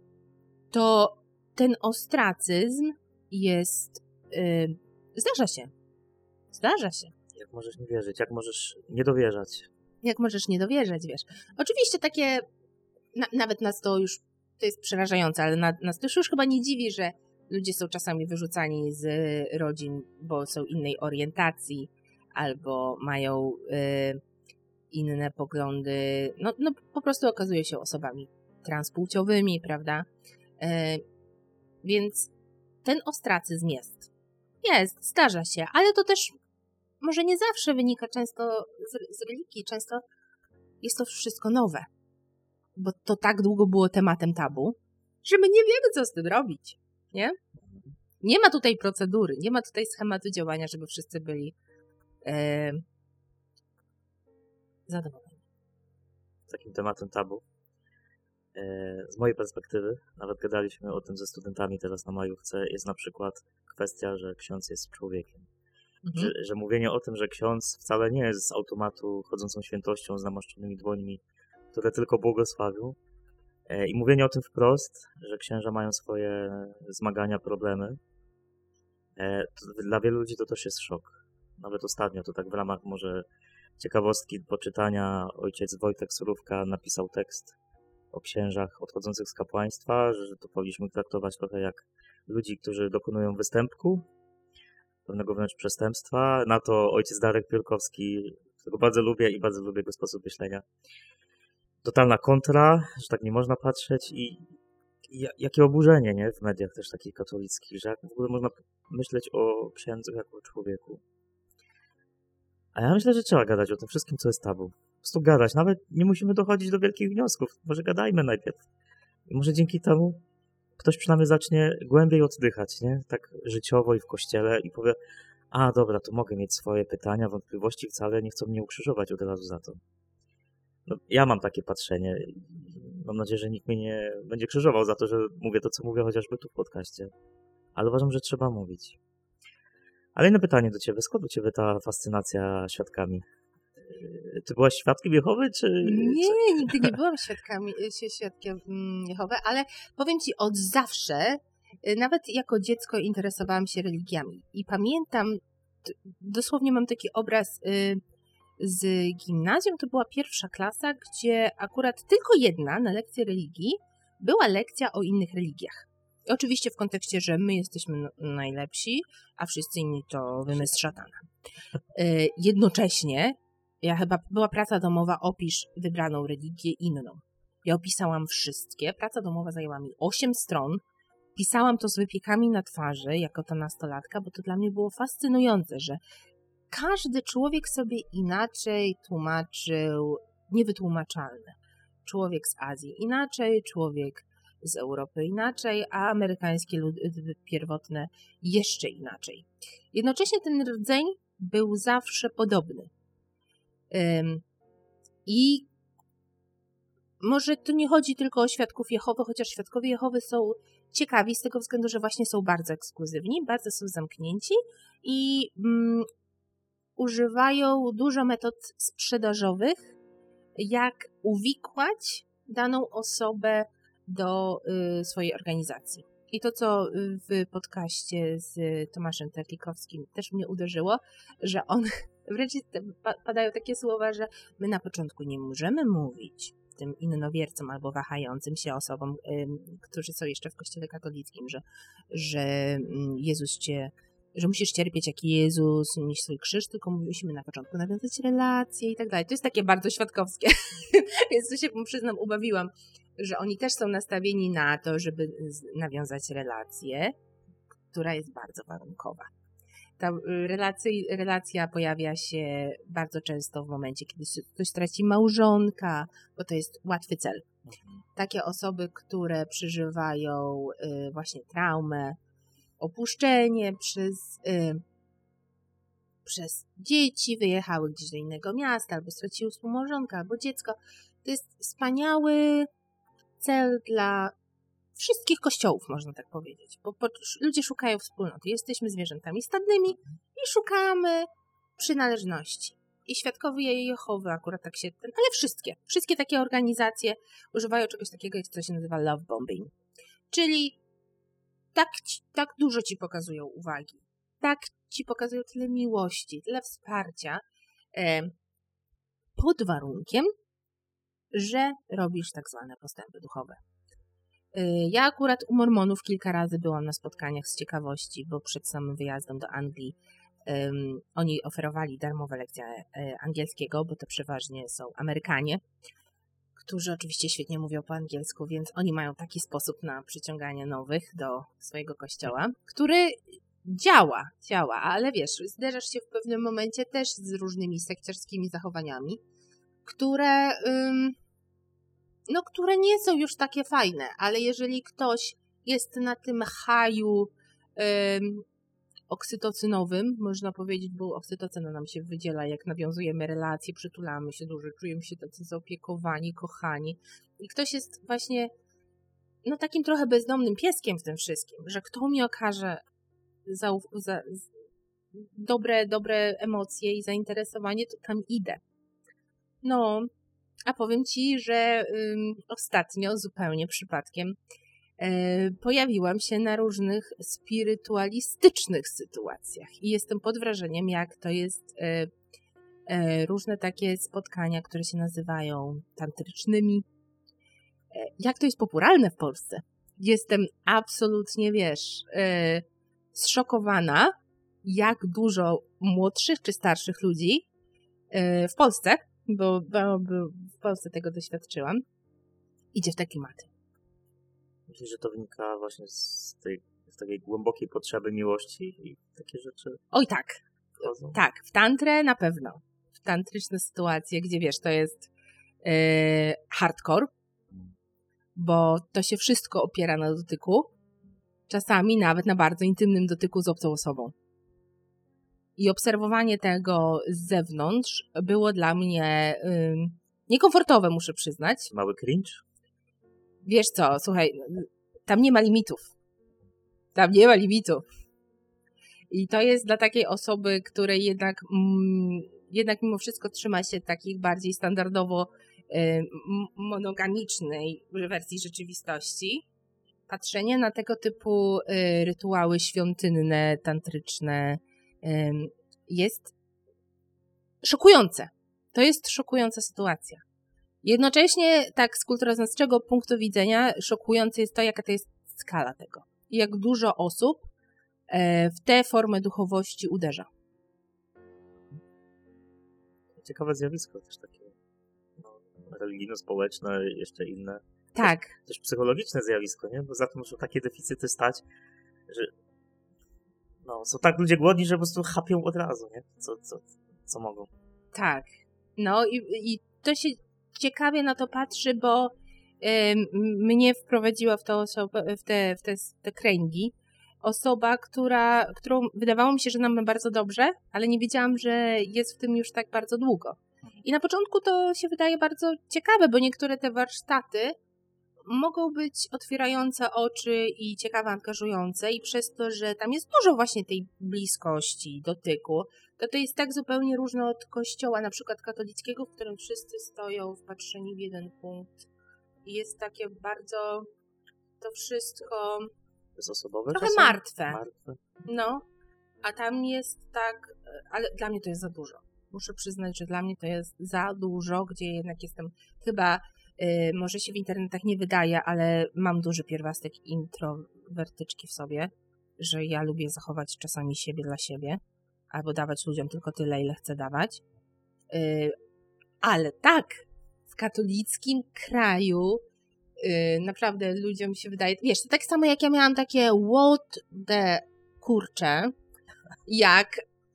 Speaker 2: to ten ostracyzm jest... Yy, zdarza się. Zdarza się.
Speaker 1: Jak możesz nie wierzyć? Jak możesz nie dowierzać?
Speaker 2: Jak możesz nie dowierzać, wiesz. Oczywiście takie... Na, nawet nas to już... To jest przerażające, ale na, nas to już chyba nie dziwi, że ludzie są czasami wyrzucani z rodzin, bo są innej orientacji albo mają y, inne poglądy. No, no po prostu okazują się osobami transpłciowymi, prawda? Y, więc ten ostracyzm jest. Jest, zdarza się, ale to też może nie zawsze wynika często z, z religii. Często jest to wszystko nowe. Bo to tak długo było tematem tabu, że my nie wiemy, co z tym robić. Nie? Nie ma tutaj procedury, nie ma tutaj schematu działania, żeby wszyscy byli e, zadowoleni.
Speaker 1: Takim tematem tabu. E, z mojej perspektywy, nawet gadaliśmy o tym ze studentami teraz na majówce, jest na przykład kwestia, że ksiądz jest człowiekiem. Mhm. Że, że mówienie o tym, że ksiądz wcale nie jest z automatu chodzącą świętością z namaszczonymi dłońmi, które tylko błogosławią. E, I mówienie o tym wprost, że księża mają swoje zmagania, problemy. E, to dla wielu ludzi to też jest szok. Nawet ostatnio, to tak w ramach może ciekawostki poczytania, ojciec Wojtek Surówka napisał tekst o księżach odchodzących z kapłaństwa, że to powinniśmy traktować trochę jak ludzi, którzy dokonują występku, pewnego wręcz przestępstwa. Na to ojciec Darek Piórkowski, którego bardzo lubię i bardzo lubię jego sposób myślenia. Totalna kontra, że tak nie można patrzeć i, i jakie oburzenie, nie? W mediach też takich katolickich, że jak w ogóle można myśleć o księdzu jako o człowieku. A ja myślę, że trzeba gadać o tym wszystkim, co jest tabu. Po prostu gadać. Nawet nie musimy dochodzić do wielkich wniosków. Może gadajmy najpierw. I może dzięki temu ktoś przynajmniej zacznie głębiej oddychać, nie? Tak życiowo i w kościele i powie, a dobra, to mogę mieć swoje pytania, wątpliwości, wcale nie chcą mnie ukrzyżować od razu za to. No, ja mam takie patrzenie. Mam nadzieję, że nikt mnie nie będzie krzyżował za to, że mówię to, co mówię chociażby tu w podcaście. Ale uważam, że trzeba mówić. Ale inne pytanie do ciebie. Skąd u ciebie ta fascynacja świadkami? Ty byłaś świadkiem Jehowy, czy...
Speaker 2: Nie, nigdy nie byłam świadkami, świadkiem Jehowy, ale powiem ci, od zawsze, nawet jako dziecko interesowałam się religiami. I pamiętam, dosłownie mam taki obraz z gimnazjum, to była pierwsza klasa, gdzie akurat tylko jedna na lekcji religii była lekcja o innych religiach. Oczywiście w kontekście, że my jesteśmy najlepsi, a wszyscy inni to wymysł szatana. Jednocześnie, ja chyba była praca domowa, opisz wybraną religię inną. Ja opisałam wszystkie, praca domowa zajęła mi osiem stron, pisałam to z wypiekami na twarzy, jako to nastolatka, bo to dla mnie było fascynujące, że każdy człowiek sobie inaczej tłumaczył niewytłumaczalne. Człowiek z Azji inaczej, człowiek z Europy inaczej, a amerykańskie ludy pierwotne jeszcze inaczej. Jednocześnie ten rdzeń był zawsze podobny. Ym, I może tu nie chodzi tylko o świadków Jehowy, chociaż świadkowie Jehowy są ciekawi z tego względu, że właśnie są bardzo ekskluzywni, bardzo są zamknięci i mm, używają dużo metod sprzedażowych, jak uwikłać daną osobę do y, swojej organizacji. I to, co w podcaście z Tomaszem Terlikowskim też mnie uderzyło, że on, wręcz padają takie słowa, że my na początku nie możemy mówić tym innowiercom albo wahającym się osobom, y, którzy są jeszcze w kościele katolickim, że, że Jezus cię, że musisz cierpieć jak Jezus, nieść swój krzyż, tylko musimy na początku nawiązać relacje i tak dalej. To jest takie bardzo świadkowskie, więc tu się, przyznam, ubawiłam, że oni też są nastawieni na to, żeby nawiązać relację, która jest bardzo warunkowa. Ta relacja, relacja pojawia się bardzo często w momencie, kiedy ktoś traci małżonka, bo to jest łatwy cel. Takie osoby, które przeżywają właśnie traumę, opuszczenie przez, przez dzieci, wyjechały gdzieś do innego miasta, albo straciły współmałżonka, albo dziecko. To jest wspaniały cel dla wszystkich kościołów, można tak powiedzieć, bo ludzie szukają wspólnoty. Jesteśmy zwierzętami stadnymi i szukamy przynależności. I świadkowie Jehowy akurat tak się, ale wszystkie, wszystkie takie organizacje używają czegoś takiego, jak to się nazywa love bombing. Czyli tak, tak dużo ci pokazują uwagi, tak ci pokazują tyle miłości, tyle wsparcia, e, pod warunkiem, że robisz tak zwane postępy duchowe. Ja akurat u Mormonów kilka razy byłam na spotkaniach z ciekawości, bo przed samym wyjazdem do Anglii um, oni oferowali darmowe lekcje angielskiego, bo to przeważnie są Amerykanie, którzy oczywiście świetnie mówią po angielsku, więc oni mają taki sposób na przyciąganie nowych do swojego kościoła, który działa, działa, ale wiesz, zderzasz się w pewnym momencie też z różnymi sekciarskimi zachowaniami, które... Um, no, które nie są już takie fajne, ale jeżeli ktoś jest na tym haju ym, oksytocynowym, można powiedzieć, bo oksytocyna nam się wydziela, jak nawiązujemy relacje, przytulamy się dużo, czujemy się tacy zaopiekowani, kochani i ktoś jest właśnie no takim trochę bezdomnym pieskiem w tym wszystkim, że kto mi okaże za, za, dobre, dobre emocje i zainteresowanie, to tam idę. No, a powiem Ci, że ym, ostatnio zupełnie przypadkiem y, pojawiłam się na różnych spirytualistycznych sytuacjach i jestem pod wrażeniem, jak to jest y, y, różne takie spotkania, które się nazywają tantrycznymi, y, jak to jest popularne w Polsce. Jestem absolutnie, wiesz, y, zszokowana, jak dużo młodszych czy starszych ludzi y, w Polsce, Bo, bo, bo w Polsce tego doświadczyłam, idzie w te klimaty.
Speaker 1: Myślisz, że to wynika właśnie z tej, z takiej głębokiej potrzeby miłości i takie rzeczy?
Speaker 2: Oj tak,
Speaker 1: wchodzą?
Speaker 2: tak, w tantrę na pewno. W tantryczne sytuacje, gdzie wiesz, to jest yy, hardcore, bo to się wszystko opiera na dotyku, czasami nawet na bardzo intymnym dotyku z obcą osobą. I obserwowanie tego z zewnątrz było dla mnie y, niekomfortowe, muszę przyznać.
Speaker 1: Mały cringe?
Speaker 2: Wiesz co, słuchaj, tam nie ma limitów. Tam nie ma limitów. I to jest dla takiej osoby, której jednak, mm, jednak mimo wszystko trzyma się takich bardziej standardowo y, monogamicznej wersji rzeczywistości. Patrzenie na tego typu y, rytuały świątynne, tantryczne, jest szokujące. To jest szokująca sytuacja. Jednocześnie, tak z kulturoznawczego punktu widzenia, szokujące jest to, jaka to jest skala tego. I jak dużo osób w tę formę duchowości uderza.
Speaker 1: Ciekawe zjawisko też takie no, religijno-społeczne, jeszcze inne.
Speaker 2: Tak.
Speaker 1: Też, też psychologiczne zjawisko, nie? Bo za to muszą takie deficyty stać, że no, są tak ludzie głodni, że po prostu chapią od razu, nie? Co, co, co mogą.
Speaker 2: Tak. No i, i to się ciekawie na to patrzy, bo y, mnie wprowadziła w, to osobę, w, te, w te, te kręgi osoba, która, którą wydawało mi się, że nam bardzo dobrze, ale nie wiedziałam, że jest w tym już tak bardzo długo. I na początku to się wydaje bardzo ciekawe, bo niektóre te warsztaty mogą być otwierające oczy i ciekawe, angażujące i przez to, że tam jest dużo właśnie tej bliskości, dotyku, to to jest tak zupełnie różne od kościoła, na przykład katolickiego, w którym wszyscy stoją wpatrzeni w jeden punkt i jest takie bardzo to wszystko
Speaker 1: bezosobowe
Speaker 2: trochę
Speaker 1: czasem?
Speaker 2: martwe.
Speaker 1: martwe.
Speaker 2: No, a tam jest tak, ale dla mnie to jest za dużo. Muszę przyznać, że dla mnie to jest za dużo, gdzie jednak jestem chyba Yy, może się w internetach nie wydaje, ale mam duży pierwiastek introwertyczki w sobie, że ja lubię zachować czasami siebie dla siebie, albo dawać ludziom tylko tyle, ile chcę dawać. Yy, ale tak, w katolickim kraju yy, naprawdę ludziom się wydaje, wiesz, to tak samo jak ja miałam takie what the kurcze, jak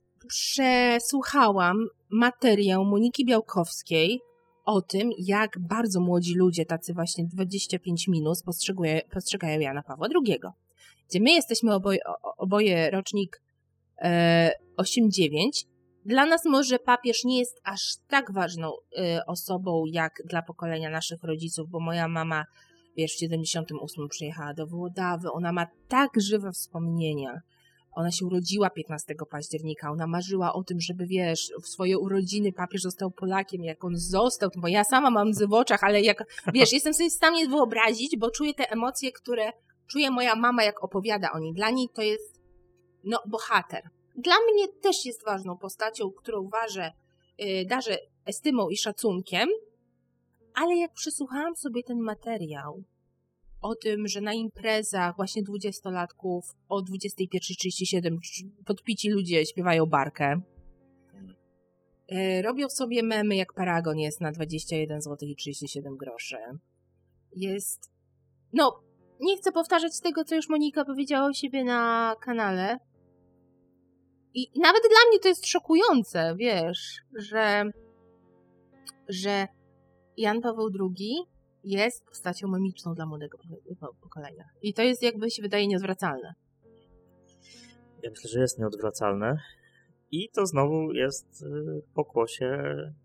Speaker 2: przesłuchałam materiał Moniki Białkowskiej o tym, jak bardzo młodzi ludzie, tacy właśnie dwadzieścia pięć minus, postrzegają Jana Pawła drugiego. Gdzie my jesteśmy oboje, oboje rocznik e, osiem dziewięć. Dla nas może papież nie jest aż tak ważną e, osobą, jak dla pokolenia naszych rodziców, bo moja mama, wiesz, w siedemdziesiątym ósmym przyjechała do Włodawy, ona ma tak żywe wspomnienia. Ona się urodziła piętnastego października, ona marzyła o tym, żeby, wiesz, w swoje urodziny papież został Polakiem, jak on został, bo ja sama mam łzy w oczach, ale jak, wiesz, jestem sobie w stanie wyobrazić, bo czuję te emocje, które czuje moja mama, jak opowiada o niej. Dla niej to jest, no, bohater. Dla mnie też jest ważną postacią, którą ważę, yy, darzę estymą i szacunkiem, ale jak przysłuchałam sobie ten materiał, o tym, że na imprezach właśnie dwudziestolatków o dwudziestej pierwszej trzydzieści siedem podpici ludzie śpiewają barkę. Robią sobie memy, jak paragon jest na dwadzieścia jeden złotych i trzydzieści siedem groszy. Jest... No, nie chcę powtarzać tego, co już Monika powiedziała o siebie na kanale. I nawet dla mnie to jest szokujące, wiesz, że, że Jan Paweł drugi jest postacią memiczną dla młodego pokolenia. I to jest, jakby się wydaje, nieodwracalne.
Speaker 1: Ja myślę, że jest nieodwracalne. I to znowu jest pokłosie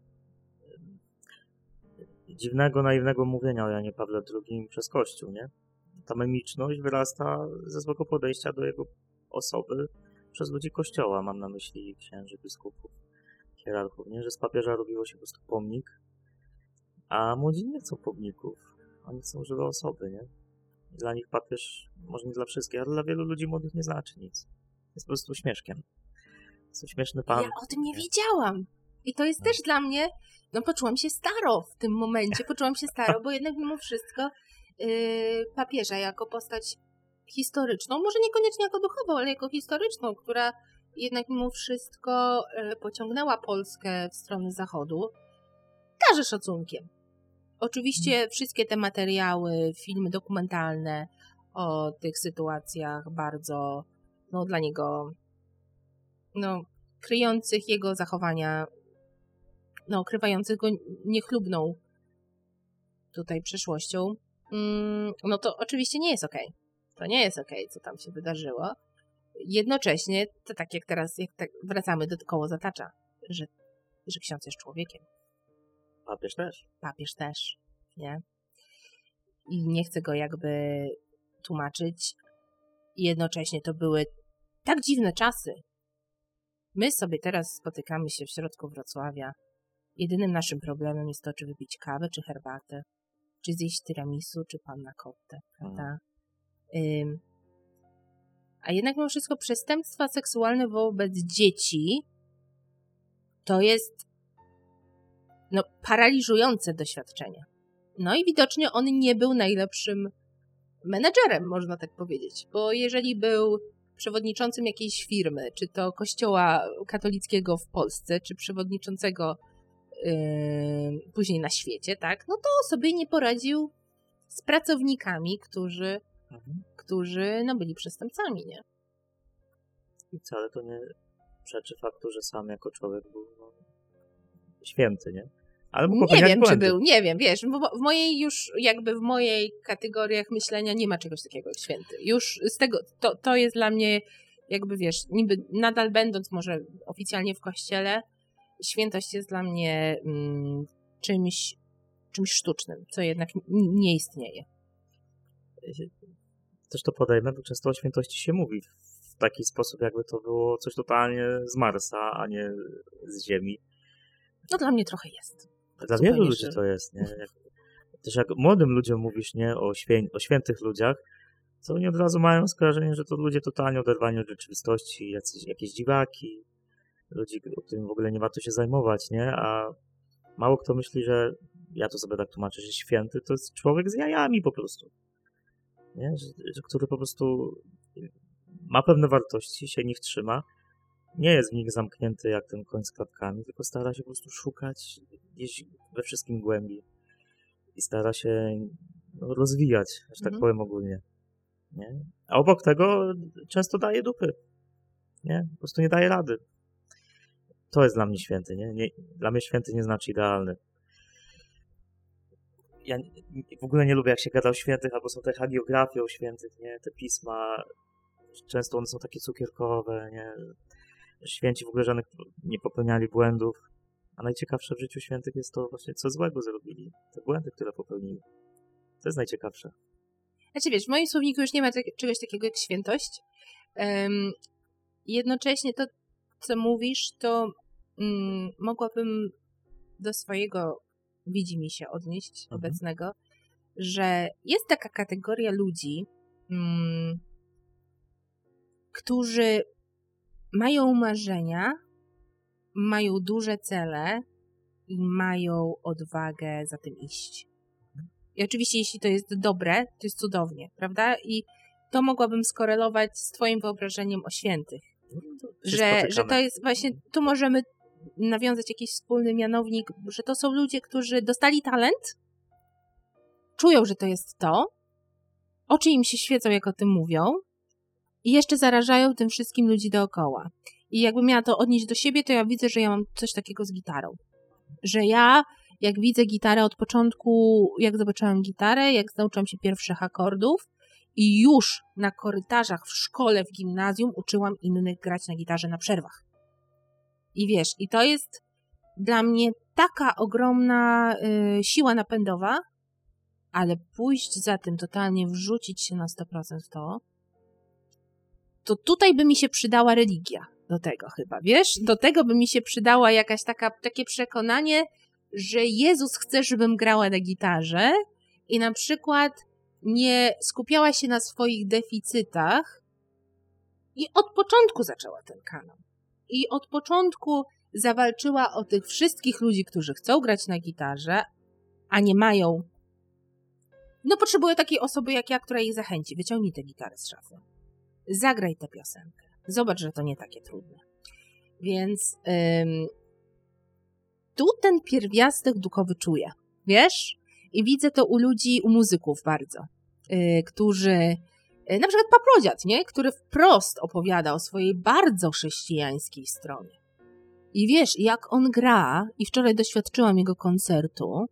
Speaker 1: dziwnego, naiwnego mówienia o Janie Pawle drugim przez Kościół, nie? Ta memiczność wyrasta ze złego podejścia do jego osoby przez ludzi Kościoła. Mam na myśli księży, biskupów, hierarchów, nie? Że z papieża robiło się po prostu pomnik. A młodzi nie chcą pomników. Oni są żywe osoby, nie? Dla nich papież, może nie dla wszystkich, ale dla wielu ludzi młodych nie znaczy nic. Jest po prostu śmieszkiem. Jest to śmieszny pan.
Speaker 2: Ja o tym nie wiedziałam. I to jest no. też dla mnie, no poczułam się staro w tym momencie. Poczułam się staro, bo jednak mimo wszystko yy, papieża jako postać historyczną, może niekoniecznie jako duchową, ale jako historyczną, która jednak mimo wszystko yy, pociągnęła Polskę w stronę zachodu, darzę szacunkiem. Oczywiście hmm. wszystkie te materiały, filmy dokumentalne o tych sytuacjach bardzo, no dla niego, no kryjących jego zachowania, no ukrywających go niechlubną tutaj przeszłością, mm, no to oczywiście nie jest okej. To nie jest okej, co tam się wydarzyło. Jednocześnie, to tak jak teraz, jak tak wracamy do koło zatacza, że, że ksiądz jest człowiekiem.
Speaker 1: Papież też.
Speaker 2: Papież też, nie? I nie chcę go jakby tłumaczyć. Jednocześnie to były tak dziwne czasy. My sobie teraz spotykamy się w środku Wrocławia. Jedynym naszym problemem jest to, czy wypić kawę, czy herbatę, czy zjeść tiramisu, czy panna cotta, prawda? Hmm. Ym. A jednak mimo wszystko przestępstwa seksualne wobec dzieci to jest no, paraliżujące doświadczenie. No i widocznie on nie był najlepszym menedżerem, można tak powiedzieć, bo jeżeli był przewodniczącym jakiejś firmy, czy to kościoła katolickiego w Polsce, czy przewodniczącego yy, później na świecie, tak, no to sobie nie poradził z pracownikami, którzy,
Speaker 1: Mhm.
Speaker 2: którzy no, byli przestępcami, nie?
Speaker 1: I wcale to nie przeczy faktu, że sam jako człowiek był no, święty, nie? Ale mógł
Speaker 2: Nie
Speaker 1: popełniać
Speaker 2: wiem,
Speaker 1: błędy.
Speaker 2: czy był, nie wiem, wiesz, w, w mojej już, jakby w mojej kategoriach myślenia nie ma czegoś takiego jak święty. Już z tego, to, to jest dla mnie, jakby wiesz, niby nadal będąc może oficjalnie w kościele, świętość jest dla mnie mm, czymś, czymś sztucznym, co jednak n- nie istnieje.
Speaker 1: Też to podejmę, bo często o świętości się mówi w taki sposób, jakby to było coś totalnie z Marsa, a nie z Ziemi.
Speaker 2: No dla mnie trochę jest.
Speaker 1: Dla
Speaker 2: Zupełnie
Speaker 1: wielu ludzi
Speaker 2: szczerze.
Speaker 1: to jest, nie? Jak, też jak młodym ludziom mówisz, nie, o, świę, o świętych ludziach, to oni od razu mają skojarzenie, że to ludzie totalnie oderwani od rzeczywistości, jacyś, jakieś dziwaki, ludzi, o którym w ogóle nie warto się zajmować, nie? A mało kto myśli, że, ja to sobie tak tłumaczę, że święty to jest człowiek z jajami po prostu. Nie? Że, że, który po prostu ma pewne wartości, się nich trzyma, nie jest w nich zamknięty jak ten koń z klatkami, tylko stara się po prostu szukać gdzieś we wszystkim głębi i stara się no, rozwijać, że tak
Speaker 2: Mhm.
Speaker 1: powiem ogólnie. Nie? A obok tego często daje dupy. Nie? Po prostu nie daje rady. To jest dla mnie święty. Nie? Nie, dla mnie święty nie znaczy idealny. Ja w ogóle nie lubię, jak się gada o świętych, albo są te hagiografie o świętych, nie? Te pisma, często one są takie cukierkowe, nie? Święci w ogóle żadnych nie popełniali błędów, a najciekawsze w życiu świętych jest to właśnie, co złego zrobili, te błędy, które popełnili. To jest najciekawsze.
Speaker 2: Znaczy wiesz, w moim słowniku już nie ma tak, czegoś takiego jak świętość. Um, jednocześnie to, co mówisz, to um, mogłabym do swojego widzimisię odnieść
Speaker 1: Mhm.
Speaker 2: obecnego, że jest taka kategoria ludzi, um, którzy mają marzenia, mają duże cele i mają odwagę za tym iść. I oczywiście, jeśli to jest dobre, to jest cudownie, prawda? I to mogłabym skorelować z twoim wyobrażeniem o świętych. Że, że to jest właśnie, tu możemy nawiązać jakiś wspólny mianownik, że to są ludzie, którzy dostali talent, czują, że to jest to, oczy im się świecą, jak o tym mówią i jeszcze zarażają tym wszystkim ludzi dookoła. I jakbym miała to odnieść do siebie, to ja widzę, że ja mam coś takiego z gitarą. Że ja, jak widzę gitarę od początku, jak zobaczyłam gitarę, jak nauczyłam się pierwszych akordów i już na korytarzach w szkole, w gimnazjum uczyłam innych grać na gitarze na przerwach. I wiesz, i to jest dla mnie taka ogromna y, siła napędowa, ale pójść za tym, totalnie wrzucić się na sto procent w to, to tutaj by mi się przydała religia do tego chyba, wiesz? Do tego by mi się przydała jakaś taka, takie przekonanie, że Jezus chce, żebym grała na gitarze i na przykład nie skupiała się na swoich deficytach i od początku zaczęła ten kanał. I od początku zawalczyła o tych wszystkich ludzi, którzy chcą grać na gitarze, a nie mają. No potrzebują takiej osoby jak ja, która ich zachęci. Wyciągnij tę gitarę z szafy. Zagraj tę piosenkę. Zobacz, że to nie takie trudne. Więc ym, tu ten pierwiastek duchowy czuję. Wiesz? I widzę to u ludzi, u muzyków bardzo. Yy, którzy, yy, na przykład Paprodziad, nie? Który wprost opowiada o swojej bardzo chrześcijańskiej stronie. I wiesz, jak on gra, i wczoraj doświadczyłam jego koncertu,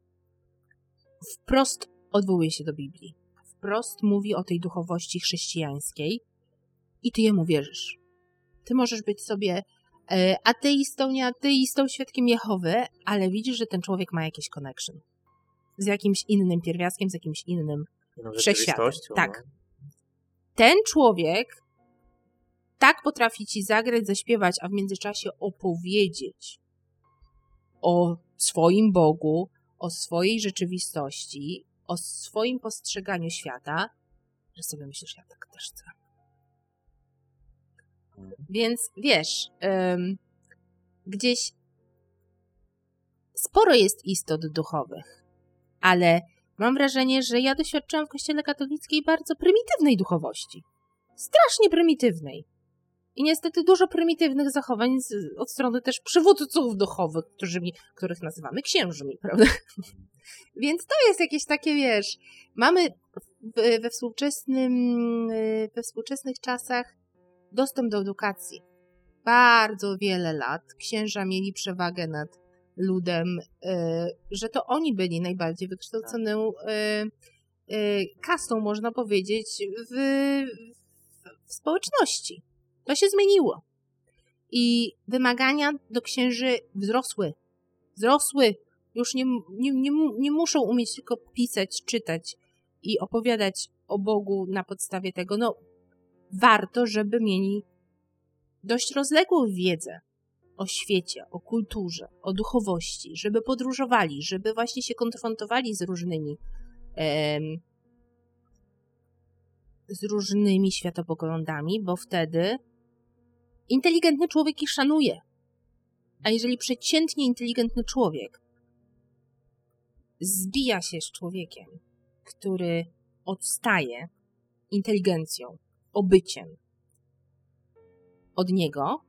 Speaker 2: wprost odwołuje się do Biblii. Wprost mówi o tej duchowości chrześcijańskiej i ty jemu wierzysz. Ty możesz być sobie e, ateistą, nie ateistą, świadkiem Jehowy, ale widzisz, że ten człowiek ma jakiś connection. Z jakimś innym pierwiastkiem, z jakimś innym
Speaker 1: No,
Speaker 2: wszechświatem.
Speaker 1: no.
Speaker 2: Tak. Ten człowiek tak potrafi ci zagrać, zaśpiewać, a w międzyczasie opowiedzieć o swoim Bogu, o swojej rzeczywistości, o swoim postrzeganiu świata, że sobie myślisz, ja tak też chcę. Więc wiesz, ym, gdzieś sporo jest istot duchowych, ale mam wrażenie, że ja doświadczyłam w Kościele katolickiej bardzo prymitywnej duchowości. Strasznie prymitywnej. I niestety dużo prymitywnych zachowań z, od strony też przywódców duchowych, którzy, których nazywamy księżmi, prawda? Więc to jest jakieś takie, wiesz, mamy w, we, współczesnym, we współczesnych czasach dostęp do edukacji. Bardzo wiele lat księża mieli przewagę nad ludem, że to oni byli najbardziej wykształconą kastą, można powiedzieć, w, w społeczności. To się zmieniło. I wymagania do księży wzrosły. Wzrosły. Już nie, nie, nie, nie muszą umieć tylko pisać, czytać i opowiadać o Bogu na podstawie tego. No, warto, żeby mieli dość rozległą wiedzę o świecie, o kulturze, o duchowości, żeby podróżowali, żeby właśnie się konfrontowali z różnymi em, z różnymi światopoglądami, bo wtedy inteligentny człowiek ich szanuje. A jeżeli przeciętnie inteligentny człowiek zbija się z człowiekiem, który odstaje inteligencją, obyciem od niego,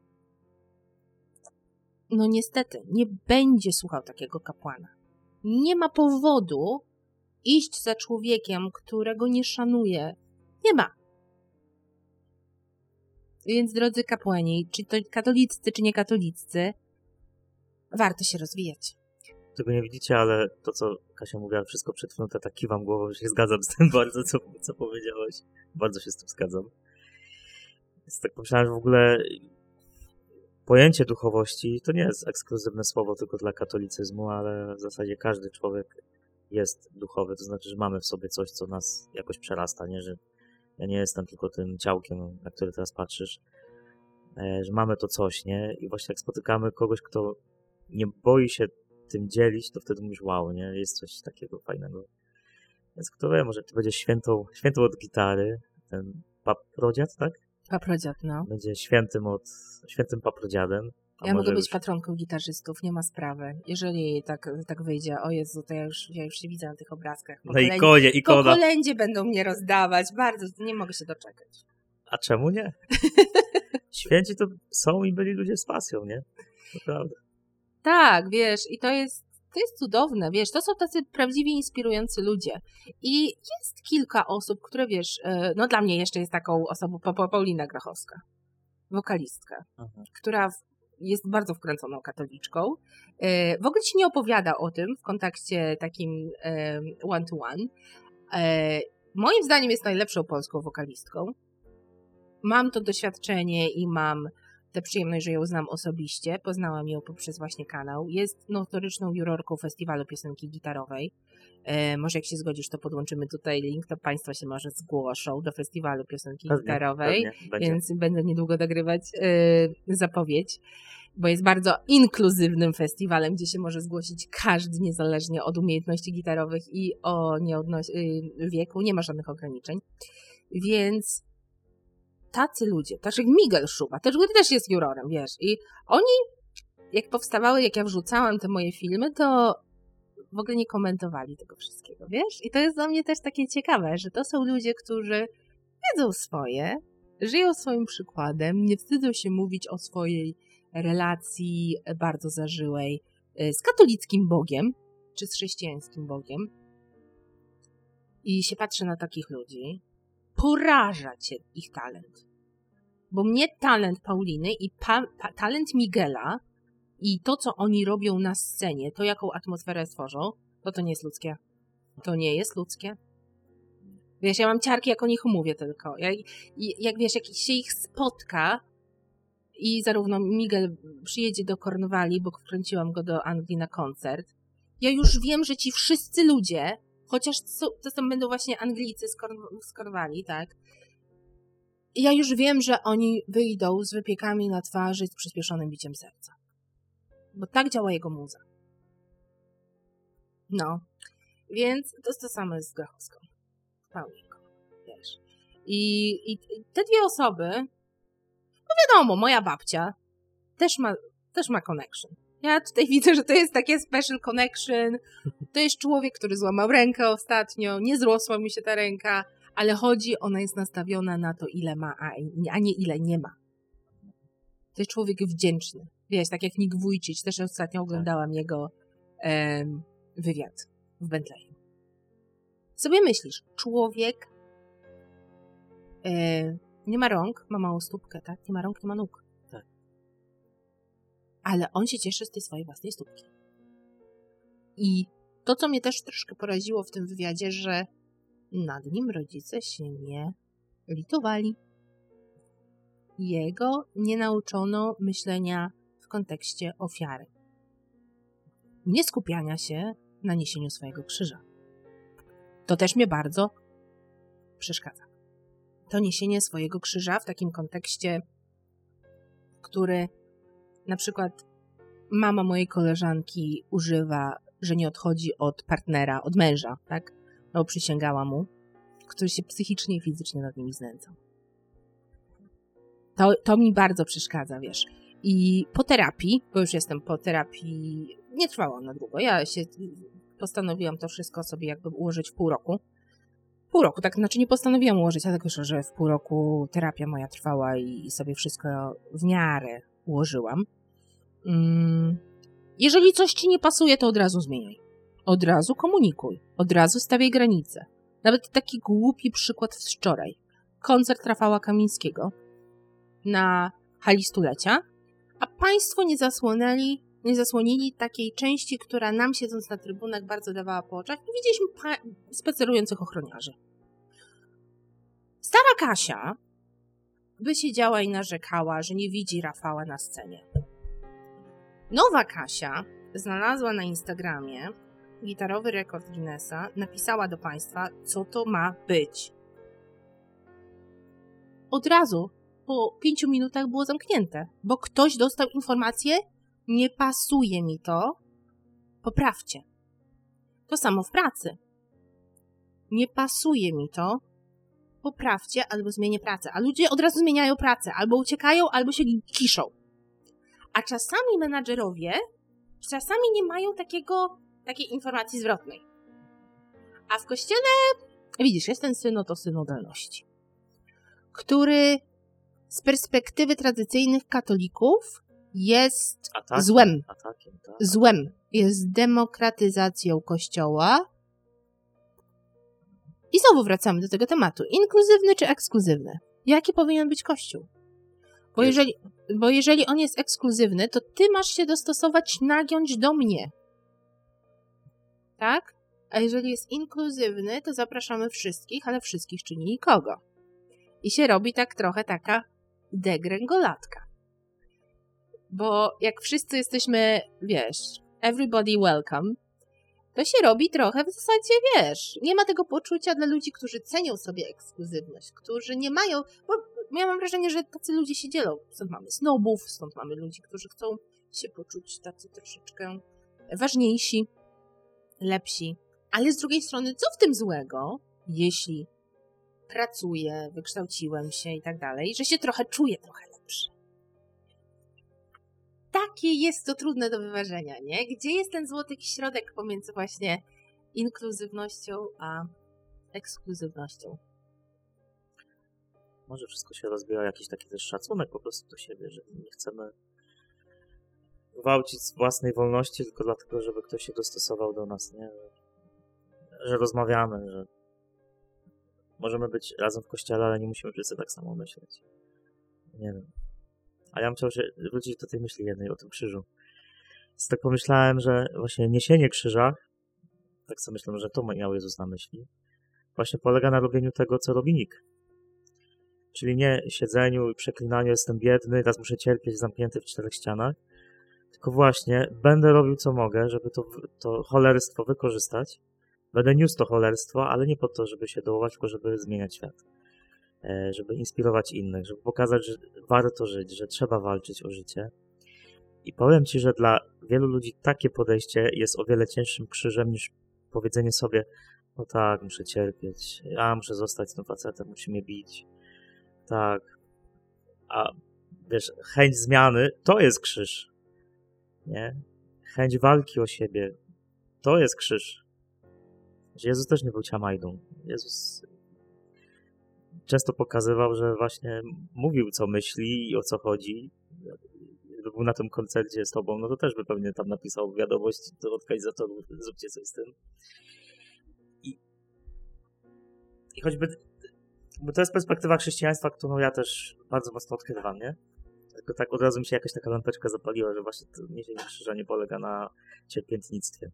Speaker 2: no niestety nie będzie słuchał takiego kapłana. Nie ma powodu iść za człowiekiem, którego nie szanuje. Nie ma. Więc drodzy kapłani, czy to katoliccy, czy niekatoliccy, warto się rozwijać.
Speaker 1: Tego nie widzicie, ale to, co Kasia mówiła, wszystko przed chwilą, to tak kiwam głową, że się zgadzam z tym bardzo, co, co powiedziałaś. Bardzo się z tym zgadzam. Więc tak pomyślałem, że w ogóle pojęcie duchowości to nie jest ekskluzywne słowo tylko dla katolicyzmu, ale w zasadzie każdy człowiek jest duchowy, to znaczy, że mamy w sobie coś, co nas jakoś przerasta, nie, że ja nie jestem tylko tym ciałkiem, na które teraz patrzysz, że mamy to coś, nie, i właśnie jak spotykamy kogoś, kto nie boi się tym dzielić, to wtedy mówisz, wow, nie, jest coś takiego fajnego. Więc kto wie, może ty będziesz świętą, świętą od gitary, ten paprodziad, tak?
Speaker 2: Paprodziad, no.
Speaker 1: Będzie świętym od, świętym paprodziadem.
Speaker 2: Ja mogę być
Speaker 1: już...
Speaker 2: patronką gitarzystów, nie ma sprawy. Jeżeli tak, tak wyjdzie, o Jezu, to ja już, ja już się widzę na tych obrazkach. Po
Speaker 1: na kolędzie, ikonie, ikona.
Speaker 2: Po kolędzie będą mnie rozdawać, bardzo, nie mogę się doczekać.
Speaker 1: A czemu nie? Święci to są i byli ludzie z pasją, nie? Naprawdę.
Speaker 2: Tak, wiesz, i to jest, to jest cudowne, wiesz, to są tacy prawdziwie inspirujący ludzie. I jest kilka osób, które, wiesz, no dla mnie jeszcze jest taką osobą Paulina Grachowska, wokalistka, Aha. która jest bardzo wkręconą katoliczką. W ogóle ci nie opowiada o tym w kontakcie takim one-to-one. Moim zdaniem jest najlepszą polską wokalistką. Mam to doświadczenie i mam tę przyjemność, że ją znam osobiście. Poznałam ją poprzez właśnie kanał. Jest notoryczną jurorką Festiwalu Piosenki Gitarowej. E, może jak się zgodzisz, to podłączymy tutaj link, to Państwo się może zgłoszą do Festiwalu Piosenki pewnie, Gitarowej, pewnie, więc będę niedługo nagrywać e, zapowiedź, bo jest bardzo inkluzywnym festiwalem, gdzie się może zgłosić każdy, niezależnie od umiejętności gitarowych i o nieodnoś- wieku, nie ma żadnych ograniczeń. Więc tacy ludzie, tak jak Miguel Szuba, też, też jest jurorem, wiesz, i oni, jak powstawały, jak ja wrzucałam te moje filmy, to w ogóle nie komentowali tego wszystkiego, wiesz? I to jest dla mnie też takie ciekawe, że to są ludzie, którzy wiedzą swoje, żyją swoim przykładem, nie wstydzą się mówić o swojej relacji bardzo zażyłej z katolickim Bogiem, czy z chrześcijańskim Bogiem. I się patrzy na takich ludzi, poraża cię ich talent. Bo mnie talent Pauliny i pa, pa, talent Miguela i to, co oni robią na scenie, to jaką atmosferę stworzą, to to nie jest ludzkie. To nie jest ludzkie. Wiesz, ja mam ciarki, jak o nich mówię tylko. Jak, jak wiesz, jak się ich spotka i zarówno Miguel przyjedzie do Kornwali, bo wkręciłam go do Anglii na koncert, ja już wiem, że ci wszyscy ludzie, chociaż to, to będą właśnie Anglicy z, Korn- z Kornwali, tak? Ja już wiem, że oni wyjdą z wypiekami na twarzy z przyspieszonym biciem serca. Bo tak działa jego muza. No. Więc to jest to samo z Grachowską. Paulinką. Wiesz. I, i, I te dwie osoby, no wiadomo, moja babcia też ma, też ma connection. Ja tutaj widzę, że to jest takie special connection. To jest człowiek, który złamał rękę ostatnio, nie zrosła mi się ta ręka, ale chodzi, ona jest nastawiona na to, ile ma, a nie ile nie ma. To jest człowiek wdzięczny. Wiesz, tak jak Nick Vujicic, też ostatnio oglądałam jego em, wywiad w Bentley'u. Sobie myślisz, człowiek e, nie ma rąk, ma małą stópkę, tak? Nie ma rąk, nie ma nóg.
Speaker 1: Tak.
Speaker 2: Ale on się cieszy z tej swojej własnej stópki. I to, co mnie też troszkę poraziło w tym wywiadzie, że nad nim rodzice się nie litowali. Jego nie nauczono myślenia w kontekście ofiary. Nie skupiania się na niesieniu swojego krzyża. To też mnie bardzo przeszkadza. To niesienie swojego krzyża w takim kontekście, który na przykład mama mojej koleżanki używa, że nie odchodzi od partnera, od męża, tak? No, przysięgała mu, który się psychicznie i fizycznie nad nimi znęcał. To, to mi bardzo przeszkadza, wiesz. I po terapii, bo już jestem po terapii, nie trwała ona długo. Ja się postanowiłam to wszystko sobie jakby ułożyć w pół roku. Pół roku, tak, znaczy nie postanowiłam ułożyć, ale tak wyszło, że w pół roku terapia moja trwała i sobie wszystko w miarę ułożyłam. Jeżeli coś ci nie pasuje, to od razu zmieniaj. Od razu komunikuj. Od razu stawiaj granice. Nawet taki głupi przykład z wczoraj. Koncert Rafała Kamińskiego na hali stulecia, a państwo nie zasłonęli, nie zasłonili takiej części, która nam siedząc na trybunach bardzo dawała po oczach i widzieliśmy pa- spacerujących ochroniarzy. Stara Kasia by siedziała i narzekała, że nie widzi Rafała na scenie. Nowa Kasia znalazła na Instagramie gitarowy rekord Guinnessa, napisała do państwa, co to ma być. Od razu po pięciu minutach było zamknięte, bo ktoś dostał informację, nie pasuje mi to, poprawcie. To samo w pracy. Nie pasuje mi to, poprawcie albo zmienię pracę. A ludzie od razu zmieniają pracę, albo uciekają, albo się kiszą. A czasami menadżerowie czasami nie mają takiego, takiej informacji zwrotnej. A w kościele, widzisz, jest ten synod o synodalności, który z perspektywy tradycyjnych katolików jest
Speaker 1: Atakiem,
Speaker 2: złem.
Speaker 1: Atakiem, tak.
Speaker 2: Złem. Jest demokratyzacją Kościoła. I znowu wracamy do tego tematu. Inkluzywny czy ekskluzywny? Jaki powinien być Kościół? Bo jeżeli, bo jeżeli on jest ekskluzywny, to ty masz się dostosować, nagiąć do mnie. Tak? A jeżeli jest inkluzywny, to zapraszamy wszystkich, ale wszystkich czyni nikogo. I się robi tak trochę taka degrengolatka. Bo jak wszyscy jesteśmy, wiesz, everybody welcome, to się robi trochę w zasadzie, wiesz, nie ma tego poczucia dla ludzi, którzy cenią sobie ekskluzywność, którzy nie mają, bo ja mam wrażenie, że tacy ludzie się dzielą. Stąd mamy snobów, stąd mamy ludzi, którzy chcą się poczuć tacy troszeczkę ważniejsi, lepsi. Ale z drugiej strony, co w tym złego, jeśli pracuję, wykształciłem się i tak dalej, że się trochę czuję trochę lepszy. Takie jest to trudne do wyważenia, nie? Gdzie jest ten złoty środek pomiędzy właśnie inkluzywnością a ekskluzywnością?
Speaker 1: Może wszystko się rozwija jakiś taki też szacunek po prostu do siebie, że nie chcemy gwałcić z własnej wolności tylko dlatego, żeby ktoś się dostosował do nas, nie? Że rozmawiamy, że możemy być razem w kościele, ale nie musimy wszyscy tak samo myśleć. Nie wiem. A ja bym chciał się wrócić do tej myśli jednej o tym krzyżu. Więc tak pomyślałem, że właśnie niesienie krzyża, tak sobie myślę, że to miał Jezus na myśli, właśnie polega na robieniu tego, co robi Nick. Czyli nie siedzeniu i przeklinaniu, jestem biedny, teraz muszę cierpieć zamknięty w czterech ścianach, tylko właśnie będę robił co mogę, żeby to, to cholerstwo wykorzystać. Będę niósł to cholerstwo, ale nie po to, żeby się dołować, tylko żeby zmieniać świat. Żeby inspirować innych, żeby pokazać, że warto żyć, że trzeba walczyć o życie. I powiem Ci, że dla wielu ludzi takie podejście jest o wiele cięższym krzyżem niż powiedzenie sobie, no tak, muszę cierpieć, ja muszę zostać z tym facetem, musi mnie bić. Tak. A wiesz, chęć zmiany to jest krzyż. Nie? chęć walki o siebie, to jest krzyż. Jezus też nie był ciamajdą. Jezus często pokazywał, że właśnie mówił, co myśli i o co chodzi. Gdyby był na tym koncercie z tobą, no to też by pewnie tam napisał wiadomość do organizatorów, zróbcie coś z tym. I, i choćby, bo to jest perspektywa chrześcijaństwa, którą ja też bardzo mocno odkrywam, nie? Tylko tak od razu mi się jakaś taka lampeczka zapaliła, że właśnie to niesienie krzyża nie polega na cierpiętnictwie.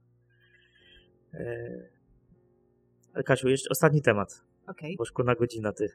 Speaker 1: Eee... Kasiu, jeszcze ostatni temat.
Speaker 2: Okay.
Speaker 1: Bo szkolna godzina ty.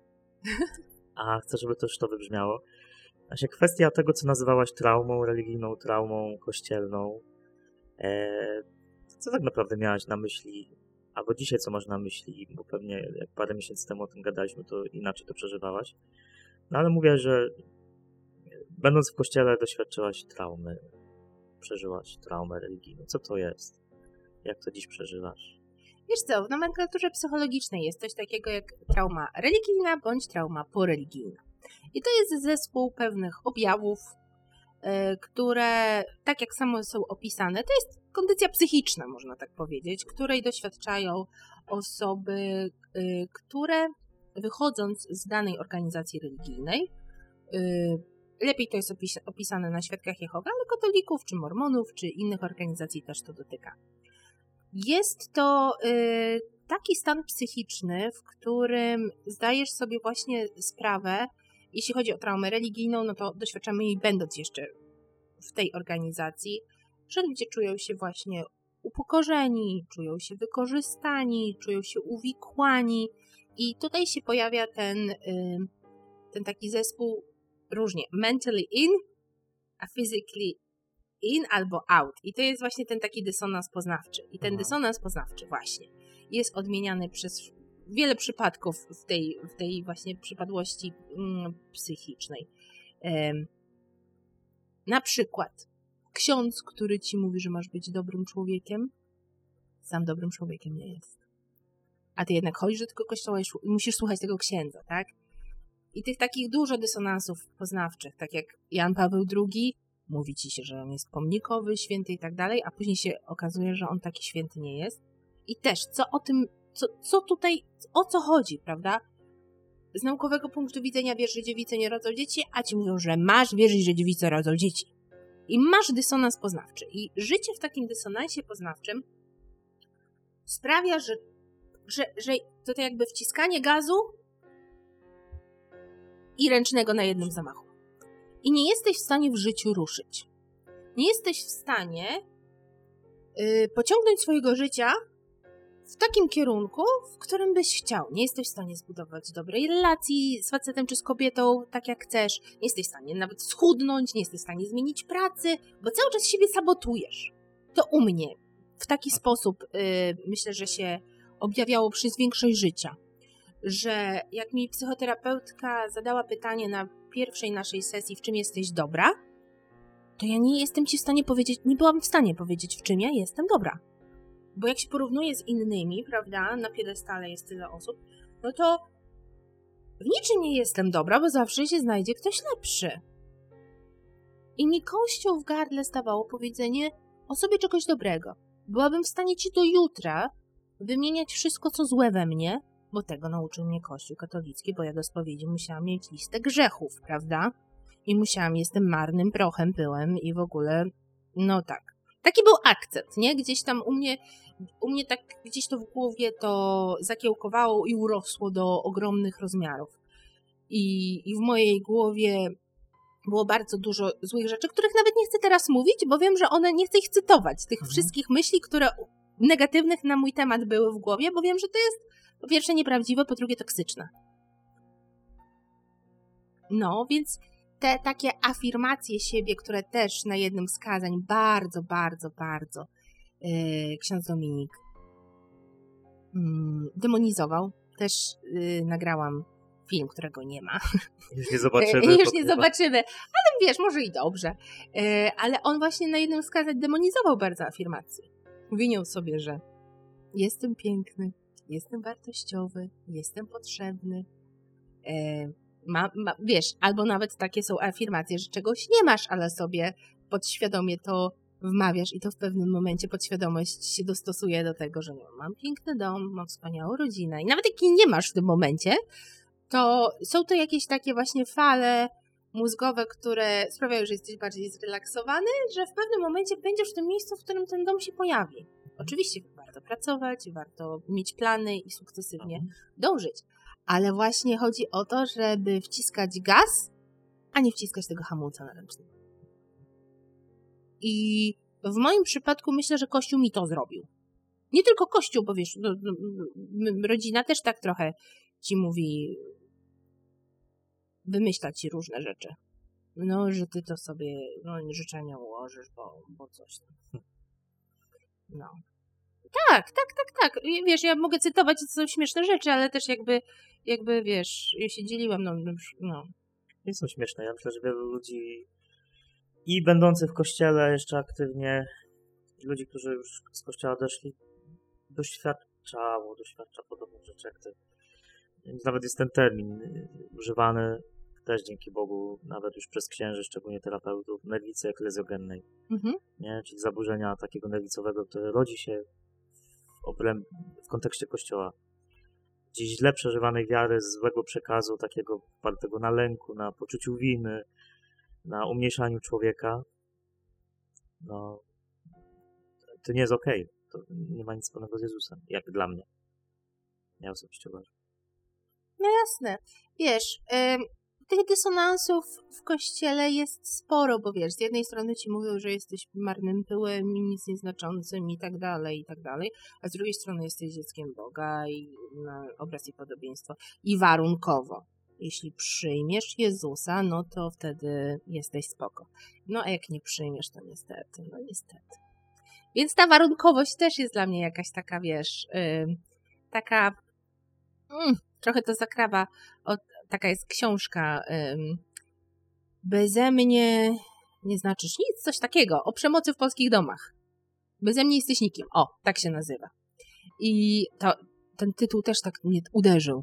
Speaker 1: A chcę, żeby też to wybrzmiało. Właśnie kwestia tego, co nazywałaś traumą, religijną traumą, kościelną. Eee, co tak naprawdę miałaś na myśli? Albo dzisiaj co masz na myśli? Bo pewnie jak parę miesięcy temu o tym gadaliśmy, to inaczej to przeżywałaś. No ale mówię, że będąc w kościele doświadczyłaś traumy. Przeżyłaś traumę religijną. Co to jest? Jak to dziś przeżywasz?
Speaker 2: Wiesz co, w nomenklaturze psychologicznej jest coś takiego jak trauma religijna bądź trauma poreligijna. I to jest zespół pewnych objawów, yy, które, tak jak samo są opisane, to jest kondycja psychiczna, można tak powiedzieć, której doświadczają osoby, yy, które wychodząc z danej organizacji religijnej, yy, lepiej to jest opis- opisane na Świadkach Jehowy, ale katolików, czy mormonów, czy innych organizacji też to dotyka. Jest to y, taki stan psychiczny, w którym zdajesz sobie właśnie sprawę, jeśli chodzi o traumę religijną, no to doświadczamy jej będąc jeszcze w tej organizacji, że ludzie czują się właśnie upokorzeni, czują się wykorzystani, czują się uwikłani i tutaj się pojawia ten, y, ten taki zespół różnie, mentally in, a physically in albo out. I to jest właśnie ten taki dysonans poznawczy. I ten Aha. dysonans poznawczy właśnie jest odmieniany przez wiele przypadków w tej, w tej właśnie przypadłości mm, psychicznej. Ehm, na przykład ksiądz, który ci mówi, że masz być dobrym człowiekiem, sam dobrym człowiekiem nie jest. A ty jednak chodzisz do tego kościoła i musisz słuchać tego księdza, tak? I tych takich dużo dysonansów poznawczych, tak jak Jan Paweł drugi, mówi ci się, że on jest pomnikowy, święty i tak dalej, a później się okazuje, że on taki święty nie jest. I też, co o tym, co, co tutaj, o co chodzi, prawda? Z naukowego punktu widzenia wiesz, że dziewice nie rodzą dzieci, a ci mówią, że masz wierzyć, że dziewice rodzą dzieci. I masz dysonans poznawczy. I życie w takim dysonansie poznawczym sprawia, że, że, że to, to jakby wciskanie gazu i ręcznego na jednym zamachu. I nie jesteś w stanie w życiu ruszyć. Nie jesteś w stanie yy, pociągnąć swojego życia w takim kierunku, w którym byś chciał. Nie jesteś w stanie zbudować dobrej relacji z facetem czy z kobietą, tak jak chcesz. Nie jesteś w stanie nawet schudnąć, nie jesteś w stanie zmienić pracy, bo cały czas siebie sabotujesz. To u mnie w taki sposób yy, myślę, że się objawiało przez większość życia. Że jak mi psychoterapeutka zadała pytanie na pierwszej naszej sesji, w czym jesteś dobra, to ja nie jestem ci w stanie powiedzieć, nie byłam w stanie powiedzieć, w czym ja jestem dobra. Bo jak się porównuję z innymi, prawda, na piedestale jest tyle osób, no to w niczym nie jestem dobra, bo zawsze się znajdzie ktoś lepszy. I mi kością w gardle stawało powiedzenie o sobie czegoś dobrego. Byłabym w stanie ci do jutra wymieniać wszystko, co złe we mnie, bo tego nauczył mnie Kościół katolicki, bo ja do spowiedzi musiałam mieć listę grzechów, prawda? I musiałam, jestem marnym prochem, pyłem i w ogóle, no tak. Taki był akcent, nie? Gdzieś tam u mnie, u mnie tak gdzieś to w głowie to zakiełkowało i urosło do ogromnych rozmiarów. I, i w mojej głowie było bardzo dużo złych rzeczy, których nawet nie chcę teraz mówić, bo wiem, że one, nie chcę ich cytować, tych mhm. wszystkich myśli, które negatywnych na mój temat były w głowie, bo wiem, że to jest po pierwsze nieprawdziwe, po drugie toksyczne. No, więc te takie afirmacje siebie, które też na jednym z kazań bardzo, bardzo, bardzo yy, ksiądz Dominik yy, demonizował. Też yy, nagrałam film, którego nie ma.
Speaker 1: Już nie zobaczymy.
Speaker 2: Już nie zobaczymy, ale wiesz, może i dobrze. Yy, ale on właśnie na jednym z kazań demonizował bardzo afirmacje. Mówił sobie, że jestem piękny, jestem wartościowy, jestem potrzebny. Yy, Ma, ma, wiesz, albo nawet takie są afirmacje, że czegoś nie masz, ale sobie podświadomie to wmawiasz i to w pewnym momencie podświadomość się dostosuje do tego, że no, mam piękny dom, mam wspaniałą rodzinę i nawet jak jej nie masz w tym momencie, to są to jakieś takie właśnie fale mózgowe, które sprawiają, że jesteś bardziej zrelaksowany, że w pewnym momencie będziesz w tym miejscu, w którym ten dom się pojawi. Oczywiście warto pracować, warto mieć plany i sukcesywnie dążyć, ale właśnie chodzi o to, żeby wciskać gaz, a nie wciskać tego hamulca na ręcznym. I w moim przypadku myślę, że Kościół mi to zrobił. Nie tylko Kościół, bo wiesz, no, no, rodzina też tak trochę ci mówi, wymyśla ci różne rzeczy. No, że ty to sobie no, życzenia ułożysz, bo, bo coś tam. No. Tak, tak, tak, tak. Wiesz, ja mogę cytować, to są śmieszne rzeczy, ale też jakby, jakby wiesz, ja się dzieliłam, no, no.
Speaker 1: Nie są śmieszne. Ja myślę, że wielu ludzi i będących w kościele jeszcze aktywnie, i ludzi, którzy już z kościoła odeszli, doświadczało, doświadcza podobnych rzeczy jak ty. Więc nawet jest ten termin używany też dzięki Bogu, nawet już przez księży, szczególnie terapeutów, nerwicy eklezjogennej. Mhm. Nie? Czyli zaburzenia takiego nerwicowego, które rodzi się w, obręb... w kontekście kościoła. Gdzieś źle przeżywanej wiary, złego przekazu, takiego opartego na lęku, na poczuciu winy, na umniejszaniu człowieka. No, to nie jest okej. Okay. To nie ma nic wspólnego z Jezusem, jak dla mnie. Ja osobiście uważam.
Speaker 2: No jasne. Wiesz, yy, tych dysonansów w kościele jest sporo, bo wiesz, z jednej strony ci mówią, że jesteś marnym pyłem i nic nieznaczącym i tak dalej, i tak dalej, a z drugiej strony jesteś dzieckiem Boga i na obraz i podobieństwo. I warunkowo. Jeśli przyjmiesz Jezusa, no to wtedy jesteś spoko. No a jak nie przyjmiesz, to niestety, no niestety. Więc ta warunkowość też jest dla mnie jakaś taka, wiesz, yy, taka... Mm, trochę to zakrawa. O, taka jest książka ym, Beze mnie nie znaczysz nic, coś takiego, o przemocy w polskich domach. Beze mnie jesteś nikim. O, tak się nazywa. I to, ten tytuł też tak mnie uderzył.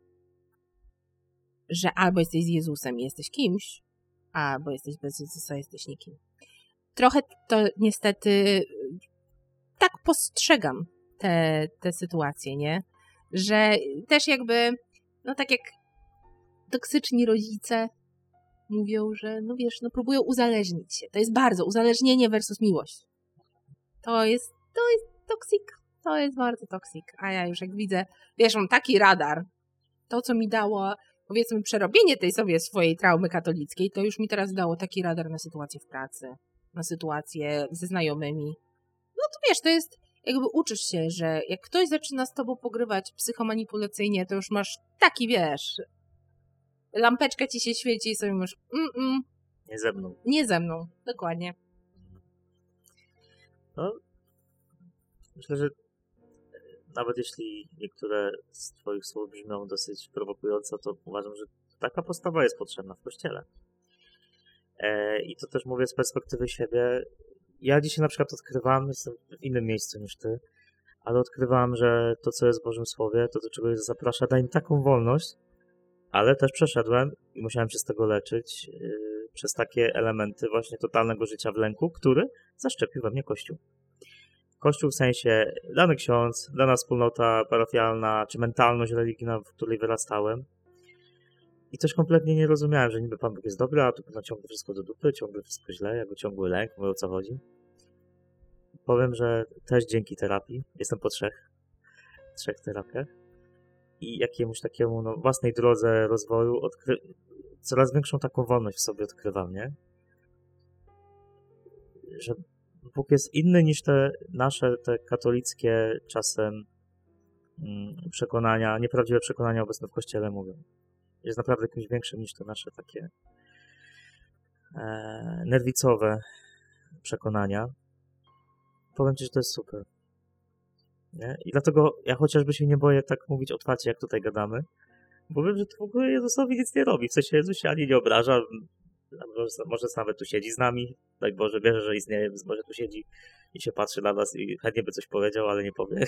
Speaker 2: Że albo jesteś z Jezusem i jesteś kimś, albo jesteś bez Jezusa i jesteś nikim. Trochę to niestety tak postrzegam te, te sytuacje, nie? Że też jakby, no tak jak toksyczni rodzice mówią, że no wiesz, no próbują uzależnić się. To jest bardzo, uzależnienie versus miłość. To jest, to jest toksik, to jest bardzo toksik. A ja już jak widzę, wiesz, mam taki radar, to co mi dało, powiedzmy, przerobienie tej sobie swojej traumy katolickiej, to już mi teraz dało taki radar na sytuację w pracy, na sytuację ze znajomymi. No to wiesz, to jest, jakby uczysz się, że jak ktoś zaczyna z tobą pogrywać psychomanipulacyjnie, to już masz taki, wiesz, lampeczka ci się świeci i sobie mówisz, mm-mm.
Speaker 1: Nie ze mną.
Speaker 2: Nie ze mną, dokładnie.
Speaker 1: No, myślę, że nawet jeśli niektóre z twoich słów brzmią dosyć prowokująco, to uważam, że taka postawa jest potrzebna w Kościele. E, I to też mówię z perspektywy siebie. Ja dzisiaj na przykład odkrywam, jestem w innym miejscu niż ty, ale odkrywam, że to, co jest w Bożym Słowie, to, do czego Jezus zaprasza, daje mi taką wolność, ale też przeszedłem i musiałem się z tego leczyć yy, przez takie elementy właśnie totalnego życia w lęku, który zaszczepił we mnie Kościół. Kościół w sensie dany ksiądz, dana wspólnota parafialna, czy mentalność religijna, w której wyrastałem. I też kompletnie nie rozumiałem, że niby Pan Bóg jest dobry, a tu no, ciągle wszystko do dupy, ciągle wszystko źle, jako ciągły lęk, mówię o co chodzi. Powiem, że też dzięki terapii, jestem po trzech, trzech terapiach i jakiemuś takiemu no, własnej drodze rozwoju odkry- coraz większą taką wolność w sobie odkrywam, nie? Że Bóg jest inny niż te nasze, te katolickie czasem mm, przekonania, nieprawdziwe przekonania obecne w Kościele mówią. Jest naprawdę kimś większym niż te nasze takie e, nerwicowe przekonania. Powiem ci, że to jest super. Nie? I dlatego ja chociażby się nie boję tak mówić otwarcie, jak tutaj gadamy, bo wiem, że to w ogóle Jezusowi nic nie robi. W sensie Jezus się ani nie obraża, może, może nawet tu siedzi z nami, daj Boże, wierzę, że istnieje, może tu siedzi i się patrzy na nas i chętnie by coś powiedział, ale nie powie.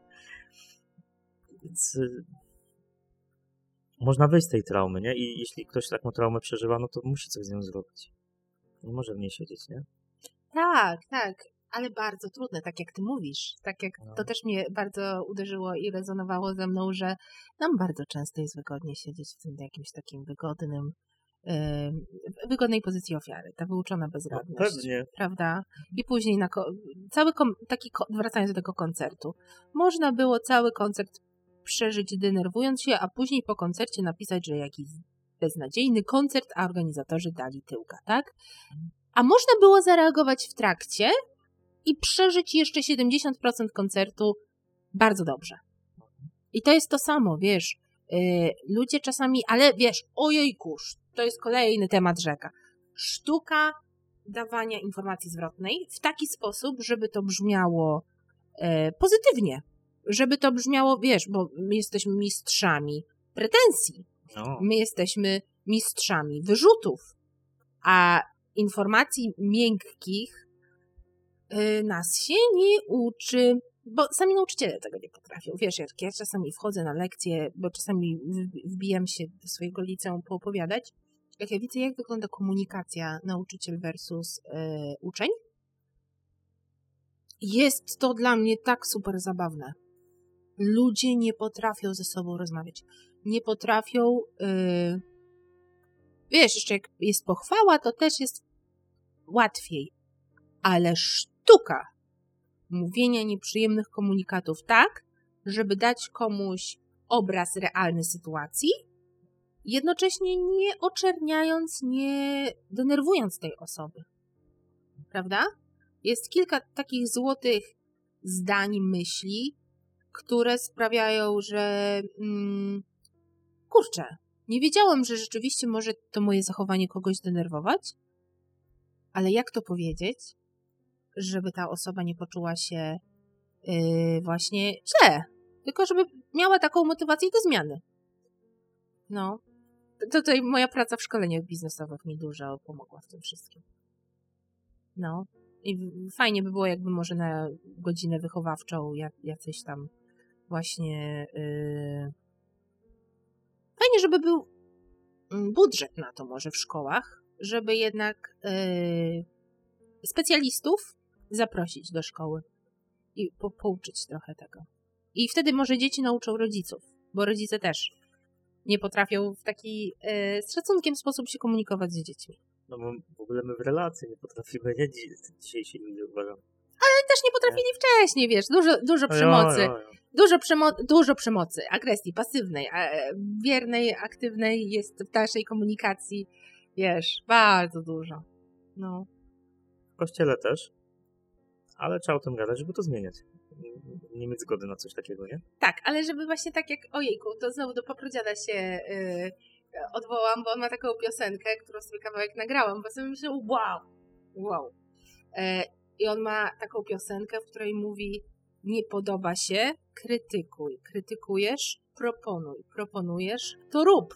Speaker 1: Więc y, można wyjść z tej traumy, nie? I jeśli ktoś taką traumę przeżywa, no to musi coś z nią zrobić. Nie może w niej siedzieć, nie?
Speaker 2: Tak, tak, ale bardzo trudne, tak jak ty mówisz. Tak jak
Speaker 1: No.
Speaker 2: to też mnie bardzo uderzyło i rezonowało ze mną, że nam bardzo często jest wygodnie siedzieć w tym jakimś takim wygodnym, yy, wygodnej pozycji ofiary, ta wyuczona
Speaker 1: No
Speaker 2: bezradność.
Speaker 1: pewnie.
Speaker 2: Prawda? I później na ko- cały kom- taki, ko- wracając do tego koncertu, można było cały koncert przeżyć denerwując się, a później po koncercie napisać, że jakiś beznadziejny koncert, a organizatorzy dali tyłka, tak? A można było zareagować w trakcie i przeżyć jeszcze siedemdziesiąt procent koncertu bardzo dobrze. I to jest to samo, wiesz, yy, ludzie czasami, ale wiesz, ojejkuż, to jest kolejny temat rzeka. Sztuka dawania informacji zwrotnej w taki sposób, żeby to brzmiało yy, pozytywnie. Żeby to brzmiało, wiesz, bo my jesteśmy mistrzami pretensji.
Speaker 1: No.
Speaker 2: My jesteśmy mistrzami wyrzutów. A informacji miękkich yy, nas się nie uczy, bo sami nauczyciele tego nie potrafią. Wiesz, jak ja czasami wchodzę na lekcje, bo czasami wbijam się do swojego liceum poopowiadać, jak ja widzę, jak wygląda komunikacja nauczyciel versus yy, uczeń, jest to dla mnie tak super zabawne. Ludzie nie potrafią ze sobą rozmawiać. Nie potrafią... Yy, wiesz, jeszcze jak jest pochwała, to też jest łatwiej. Ale sztuka mówienia nieprzyjemnych komunikatów tak, żeby dać komuś obraz realny sytuacji, jednocześnie nie oczerniając, nie denerwując tej osoby. Prawda? Jest kilka takich złotych zdań, myśli, które sprawiają, że mm, kurczę, nie wiedziałam, że rzeczywiście może to moje zachowanie kogoś denerwować, ale jak to powiedzieć, żeby ta osoba nie poczuła się yy, właśnie źle, tylko żeby miała taką motywację do zmiany. No, to tutaj moja praca w szkoleniach biznesowych mi dużo pomogła w tym wszystkim. No, i fajnie by było, jakby może na godzinę wychowawczą jacyś tam właśnie yy... fajnie, żeby był budżet na to może w szkołach, żeby jednak yy, specjalistów zaprosić do szkoły i po, pouczyć trochę tego. I wtedy może dzieci nauczą rodziców, bo rodzice też nie potrafią w taki yy, z szacunkiem sposób się komunikować z dziećmi.
Speaker 1: No bo w ogóle my w relacji nie potrafimy, nie? Dzisiejsi ludzie uważam.
Speaker 2: Ale też nie potrafili nie. wcześniej, wiesz, dużo, dużo
Speaker 1: No
Speaker 2: przemocy.
Speaker 1: Jo, jo, jo.
Speaker 2: Dużo, przemo- dużo przemocy, agresji pasywnej, a wiernej, aktywnej jest w naszej komunikacji, wiesz, bardzo dużo. No.
Speaker 1: W kościele też, ale trzeba o tym gadać, żeby to zmieniać. Nie mieć zgody na coś takiego, nie?
Speaker 2: Tak, ale żeby właśnie tak jak, ojejku, to znowu do paprodziada się yy, odwołam, bo on ma taką piosenkę, którą sobie kawałek nagrałam, bo sobie myślę, wow, wow. Yy, I on ma taką piosenkę, w której mówi: nie podoba się, krytykuj. Krytykujesz, proponuj. Proponujesz, to rób.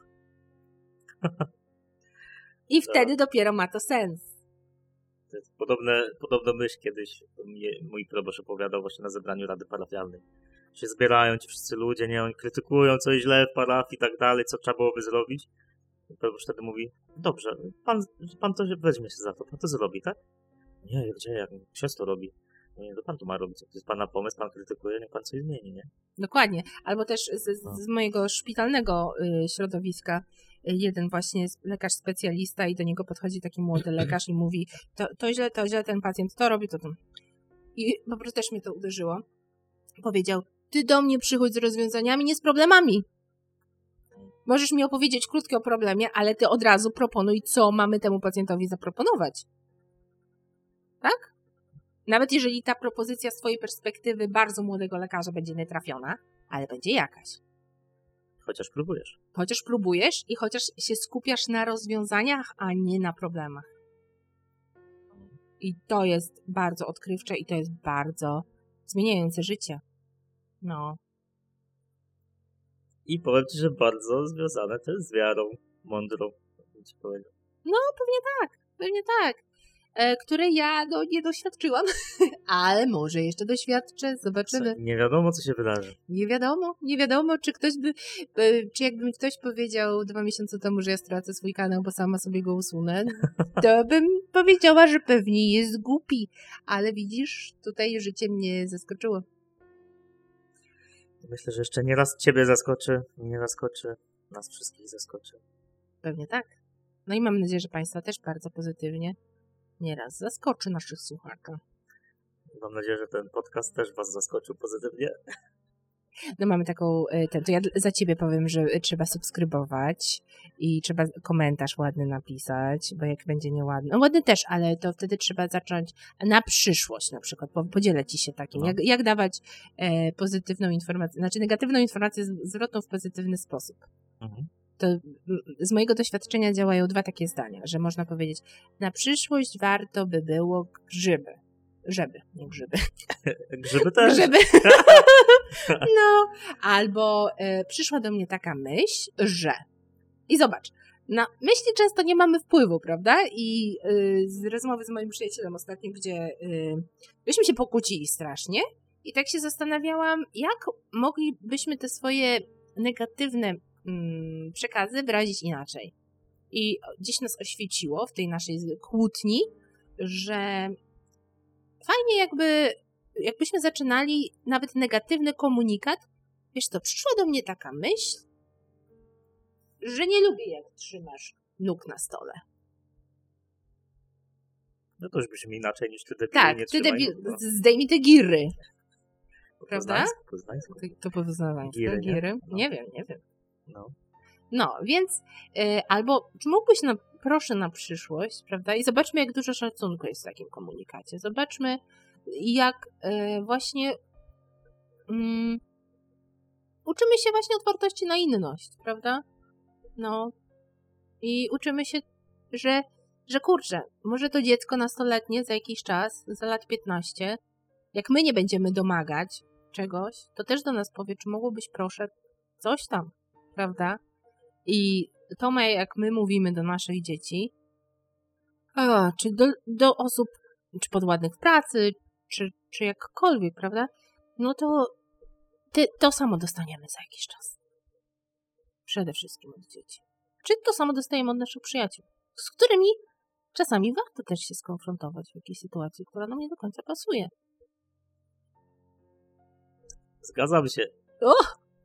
Speaker 2: I wtedy dopiero ma to sens.
Speaker 1: To jest podobne, podobną myśl kiedyś mnie, mój proboszcz opowiadał właśnie na zebraniu Rady Parafialnej. Się zbierają ci wszyscy ludzie, nie? Oni krytykują, co jest źle w parafii i tak dalej, co trzeba byłoby zrobić. I proboszcz wtedy mówi: dobrze, pan, pan to weźmie się za to, pan to zrobi, tak? Nie, gdzie, jak ksiądz to robi? Nie, to pan to ma robić. To jest pana pomysł, pan krytykuje, niech pan coś zmieni, nie?
Speaker 2: Dokładnie. Albo też z, z mojego szpitalnego y, środowiska y, jeden właśnie lekarz specjalista i do niego podchodzi taki młody lekarz i mówi: to, to źle, to źle, ten pacjent to robi, to to. I po prostu też mnie to uderzyło. Powiedział: ty do mnie przychodź z rozwiązaniami, nie z problemami. Możesz mi opowiedzieć krótko o problemie, ale ty od razu proponuj, co mamy temu pacjentowi zaproponować. Tak? Nawet jeżeli ta propozycja z twojej perspektywy bardzo młodego lekarza będzie nietrafiona, ale będzie jakaś.
Speaker 1: Chociaż próbujesz.
Speaker 2: Chociaż próbujesz i chociaż się skupiasz na rozwiązaniach, a nie na problemach. I to jest bardzo odkrywcze i to jest bardzo zmieniające życie. No.
Speaker 1: I powiem ci, że bardzo związane też z wiarą mądrą. Ci powiem.
Speaker 2: No, pewnie tak. Pewnie tak. e, której ja no, nie doświadczyłam, ale może jeszcze doświadczę, zobaczymy.
Speaker 1: Co, nie wiadomo, co się wydarzy.
Speaker 2: Nie wiadomo, nie wiadomo, czy ktoś by, by, czy jakby mi ktoś powiedział dwa miesiące temu, że ja stracę swój kanał, bo sama sobie go usunę, to bym powiedziała, że pewnie jest głupi, ale widzisz, tutaj życie mnie zaskoczyło.
Speaker 1: Myślę, że jeszcze nie raz ciebie zaskoczy, nie zaskoczy, nas wszystkich zaskoczy.
Speaker 2: Pewnie tak. No i mam nadzieję, że Państwa też bardzo pozytywnie nieraz zaskoczy naszych słuchaczy.
Speaker 1: Mam nadzieję, że ten podcast też was zaskoczył pozytywnie.
Speaker 2: No mamy taką, ten, to ja za Ciebie powiem, że trzeba subskrybować i trzeba komentarz ładny napisać, bo jak będzie nieładny, no ładny też, ale to wtedy trzeba zacząć na przyszłość na przykład, podzielę Ci się takim, no. jak, jak dawać e, pozytywną informację, znaczy negatywną informację zwrotną w pozytywny sposób. Mhm. To z mojego doświadczenia działają dwa takie zdania, że można powiedzieć, na przyszłość warto by było grzyby. Żeby, nie grzyby.
Speaker 1: Grzyby też.
Speaker 2: Grzyby. No, albo y, przyszła do mnie taka myśl, że... I zobacz, na myśli często nie mamy wpływu, prawda? I y, z rozmowy z moim przyjacielem ostatnio, gdzie y, byśmy się pokłócili strasznie i tak się zastanawiałam, jak moglibyśmy te swoje negatywne mm, przekazy wyrazić inaczej. I gdzieś nas oświeciło w tej naszej kłótni, że fajnie jakby, jakbyśmy zaczynali nawet negatywny komunikat. Wiesz co, przyszła do mnie taka myśl, że nie lubię, jak trzymasz nóg na stole.
Speaker 1: No to już brzmi inaczej niż ty debil.
Speaker 2: Tak,
Speaker 1: nie
Speaker 2: ty debil,
Speaker 1: no.
Speaker 2: zdejmij te giry.
Speaker 1: Po
Speaker 2: Prawda?
Speaker 1: poznańsku, poznańsku.
Speaker 2: To, to po poznańsku.
Speaker 1: Giry, nie?
Speaker 2: giry?
Speaker 1: No.
Speaker 2: Nie wiem, nie wiem.
Speaker 1: No,
Speaker 2: no więc y, albo czy mógłbyś na, proszę na przyszłość, prawda? I zobaczmy, jak dużo szacunku jest w takim komunikacie. Zobaczmy, jak y, właśnie mm, uczymy się właśnie otwartości na inność, prawda? No i uczymy się, że, że kurczę, może to dziecko nastoletnie za jakiś czas, za lat piętnaście, jak my nie będziemy domagać czegoś, to też do nas powie, czy mogłobyś proszę coś tam, prawda? I to ma, jak my mówimy do naszych dzieci, a, czy do, do osób, czy podwładnych w pracy, czy, czy jakkolwiek, prawda? No to ty, to samo dostaniemy za jakiś czas. Przede wszystkim od dzieci. Czy to samo dostajemy od naszych przyjaciół, z którymi czasami warto też się skonfrontować w jakiejś sytuacji, która nam nie do końca pasuje.
Speaker 1: Zgadzam się.
Speaker 2: O!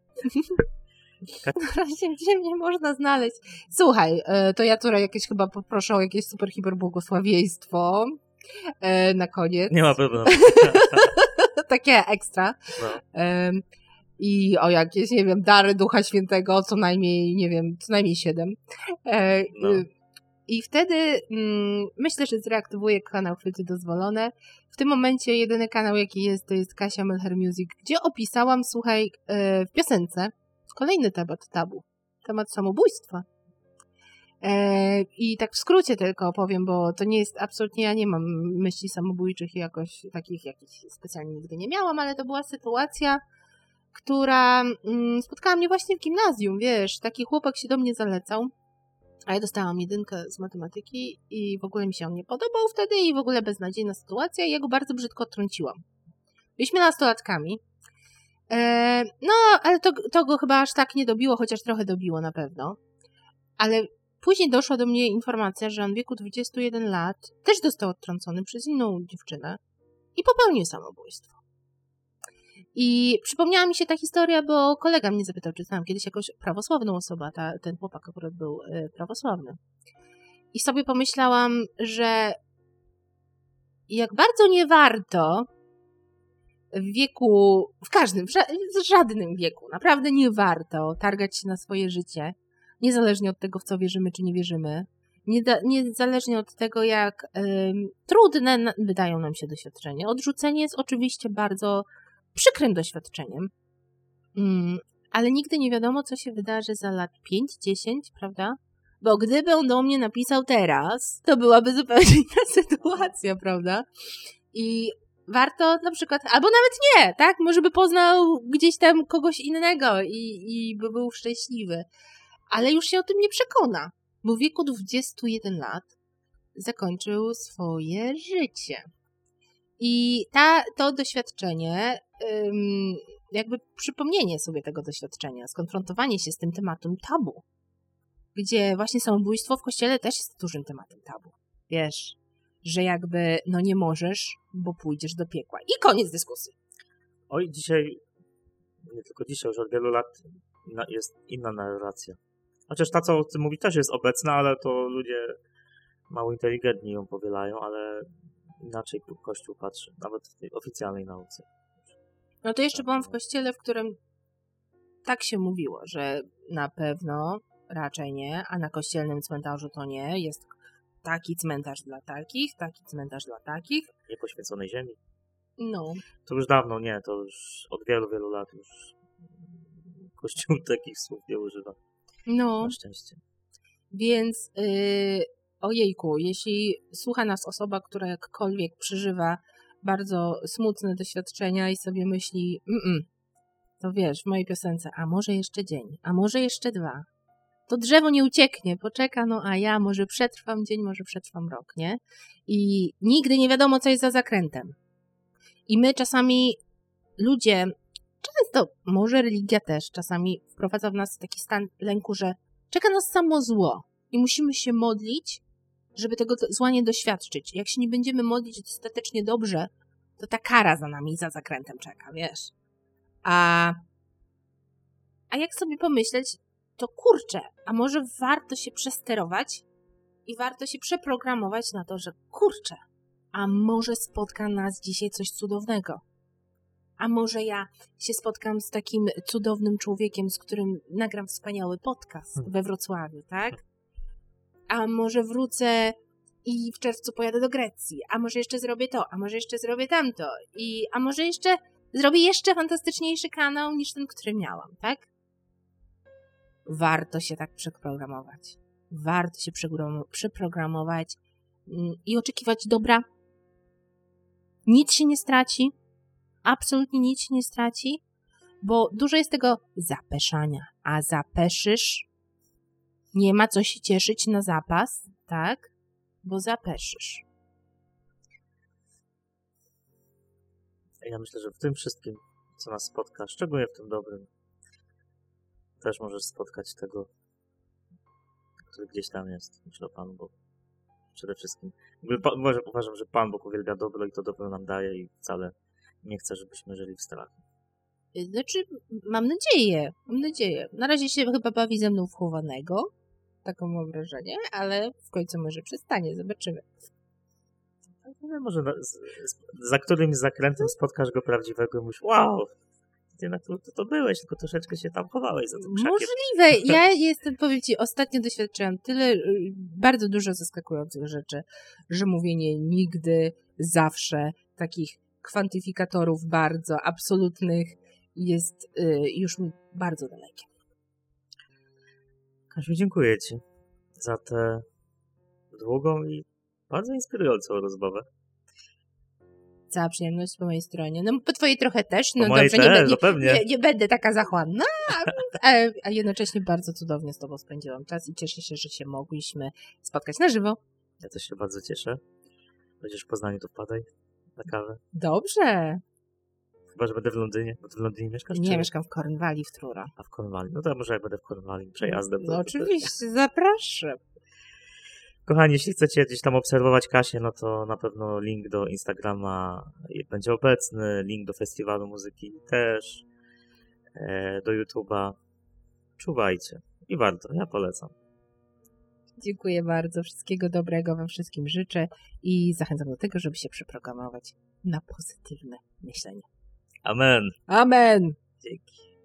Speaker 2: Wreszcie, gdzie mnie można znaleźć? Słuchaj, to ja tutaj jakieś chyba poproszę o jakieś super hiper błogosławieństwo na koniec.
Speaker 1: Nie ma problemu.
Speaker 2: Takie ekstra. No. I o jakieś, nie wiem, dary Ducha Świętego, co najmniej, nie wiem, co najmniej siedem. No. I wtedy mm, myślę, że zreaktywuję kanał Chwyty Dozwolone. W tym momencie jedyny kanał, jaki jest, to jest Kasia Melcher Music, gdzie opisałam, słuchaj, e, w piosence kolejny temat tabu. Temat samobójstwa. E, I tak w skrócie tylko opowiem, bo to nie jest absolutnie, ja nie mam myśli samobójczych i jakoś takich jakichś specjalnie nigdy nie miałam, ale to była sytuacja, która mm, spotkała mnie właśnie w gimnazjum, wiesz, taki chłopak się do mnie zalecał. A ja dostałam jedynkę z matematyki i w ogóle mi się on nie podobał wtedy i w ogóle beznadziejna sytuacja i ja go bardzo brzydko odtrąciłam. Byliśmy nastolatkami. E, no, ale to, to go chyba aż tak nie dobiło, chociaż trochę dobiło na pewno. Ale później doszła do mnie informacja, że on w wieku dwudziestu jeden lat też został odtrącony przez inną dziewczynę i popełnił samobójstwo. I przypomniała mi się ta historia, bo kolega mnie zapytał, czy znałam kiedyś jakąś prawosławną osobę, ta, ten chłopak akurat był y, prawosławny. I sobie pomyślałam, że jak bardzo nie warto w wieku, w każdym, w, ża- w żadnym wieku, naprawdę nie warto targać się na swoje życie, niezależnie od tego, w co wierzymy, czy nie wierzymy, nie da, niezależnie od tego, jak y, trudne na, wydają nam się doświadczenia. Odrzucenie jest oczywiście bardzo przykrym doświadczeniem, mm, ale nigdy nie wiadomo, co się wydarzy za lat pięć dziesięć, prawda? Bo gdyby on do mnie napisał teraz, to byłaby zupełnie inna sytuacja, prawda? I warto na przykład, albo nawet nie, tak? Może by poznał gdzieś tam kogoś innego i, i by był szczęśliwy. Ale już się o tym nie przekona, bo w wieku dwudziestu jeden lat zakończył swoje życie. I ta, to doświadczenie, ym, jakby przypomnienie sobie tego doświadczenia, skonfrontowanie się z tym tematem tabu, gdzie właśnie samobójstwo w kościele też jest dużym tematem tabu. Wiesz, że jakby no nie możesz, bo pójdziesz do piekła. I koniec dyskusji.
Speaker 1: Oj, dzisiaj, nie tylko dzisiaj, już od wielu lat jest inna narracja. Chociaż ta, co o tym mówi, też jest obecna, ale to ludzie mało inteligentni ją powielają, ale inaczej Kościół patrzy, nawet w tej oficjalnej nauce.
Speaker 2: No to jeszcze byłam w kościele, w którym tak się mówiło, że na pewno raczej nie, a na kościelnym cmentarzu to nie. Jest taki cmentarz dla takich, taki cmentarz dla takich.
Speaker 1: Niepoświęconej ziemi.
Speaker 2: No.
Speaker 1: To już dawno nie, to już od wielu, wielu lat już Kościół takich słów nie używa.
Speaker 2: No.
Speaker 1: Na szczęście.
Speaker 2: Więc yy, ojejku, jeśli słucha nas osoba, która jakkolwiek przeżywa bardzo smutne doświadczenia i sobie myśli, mm, to wiesz, w mojej piosence, a może jeszcze dzień, a może jeszcze dwa, to drzewo nie ucieknie, poczeka, no a ja może przetrwam dzień, może przetrwam rok, nie? I nigdy nie wiadomo, co jest za zakrętem. I my czasami, ludzie, często, może religia też czasami wprowadza w nas taki stan lęku, że czeka nas samo zło i musimy się modlić, żeby tego zła nie doświadczyć. Jak się nie będziemy modlić dostatecznie dobrze, to ta kara za nami, za zakrętem czeka, wiesz. A, a jak sobie pomyśleć, to kurczę, a może warto się przesterować i warto się przeprogramować na to, że kurczę, a może spotka nas dzisiaj coś cudownego. A może ja się spotkam z takim cudownym człowiekiem, z którym nagram wspaniały podcast we Wrocławiu, tak? A może wrócę i w czerwcu pojadę do Grecji, a może jeszcze zrobię to, a może jeszcze zrobię tamto, i a może jeszcze zrobię jeszcze fantastyczniejszy kanał niż ten, który miałam, tak? Warto się tak przeprogramować. Warto się przeprogramować i oczekiwać dobra. Nic się nie straci. Absolutnie nic się nie straci, bo dużo jest tego zapeszania. A zapeszysz, nie ma co się cieszyć na zapas, tak? Bo zapeszysz.
Speaker 1: Ja myślę, że w tym wszystkim, co nas spotka, szczególnie w tym dobrym, też możesz spotkać tego, który gdzieś tam jest. Myślę o Panu Bogu. Przede wszystkim. Może uważam, że Pan Bóg uwielbia dobro i to dobro nam daje i wcale nie chcę, żebyśmy żyli w strachu.
Speaker 2: Znaczy, mam nadzieję, mam nadzieję. Na razie się chyba bawi ze mną wchowanego. Taką mam wrażenie, ale w końcu może przestanie, zobaczymy.
Speaker 1: No, może na, z, za którymś zakrętem spotkasz go prawdziwego i mówisz, wow, ty na to, to, to byłeś, tylko troszeczkę się tam chowałeś za tym krzakiem.
Speaker 2: Możliwe. Ja jestem, powiem Ci, ostatnio doświadczyłam tyle, bardzo dużo zaskakujących rzeczy, że mówienie nigdy, zawsze, takich kwantyfikatorów bardzo absolutnych jest y, już mi bardzo dalekie.
Speaker 1: Kasiu, dziękuję Ci za tę długą i bardzo inspirującą rozmowę.
Speaker 2: Cała przyjemność po mojej stronie. No po Twojej trochę też. No
Speaker 1: po mojej
Speaker 2: dobrze,
Speaker 1: też,
Speaker 2: nie,
Speaker 1: no
Speaker 2: nie, nie, nie będę taka zachłanna, a, a jednocześnie bardzo cudownie z Tobą spędziłam czas i cieszę się, że się mogliśmy spotkać na żywo.
Speaker 1: Ja też się bardzo cieszę. Będziesz w Poznaniu, to wpadaj na kawę.
Speaker 2: Dobrze.
Speaker 1: Chyba, że będę w Londynie. Bo ty w Londynie mieszkasz?
Speaker 2: Nie,
Speaker 1: czy...
Speaker 2: mieszkam w Cornwalli w Truro.
Speaker 1: A w Cornwalli. No to może jak będę w Cornwalli przejazdem.
Speaker 2: No
Speaker 1: to,
Speaker 2: oczywiście,
Speaker 1: to
Speaker 2: zapraszam.
Speaker 1: Kochani, jeśli chcecie gdzieś tam obserwować Kasię, no to na pewno link do Instagrama będzie obecny, link do Festiwalu Muzyki też, e, do YouTube'a. Czuwajcie. I warto, ja polecam.
Speaker 2: Dziękuję bardzo. Wszystkiego dobrego Wam wszystkim życzę i zachęcam do tego, żeby się przeprogramować na pozytywne myślenie.
Speaker 1: Amen.
Speaker 2: Amen.
Speaker 1: Dzięki.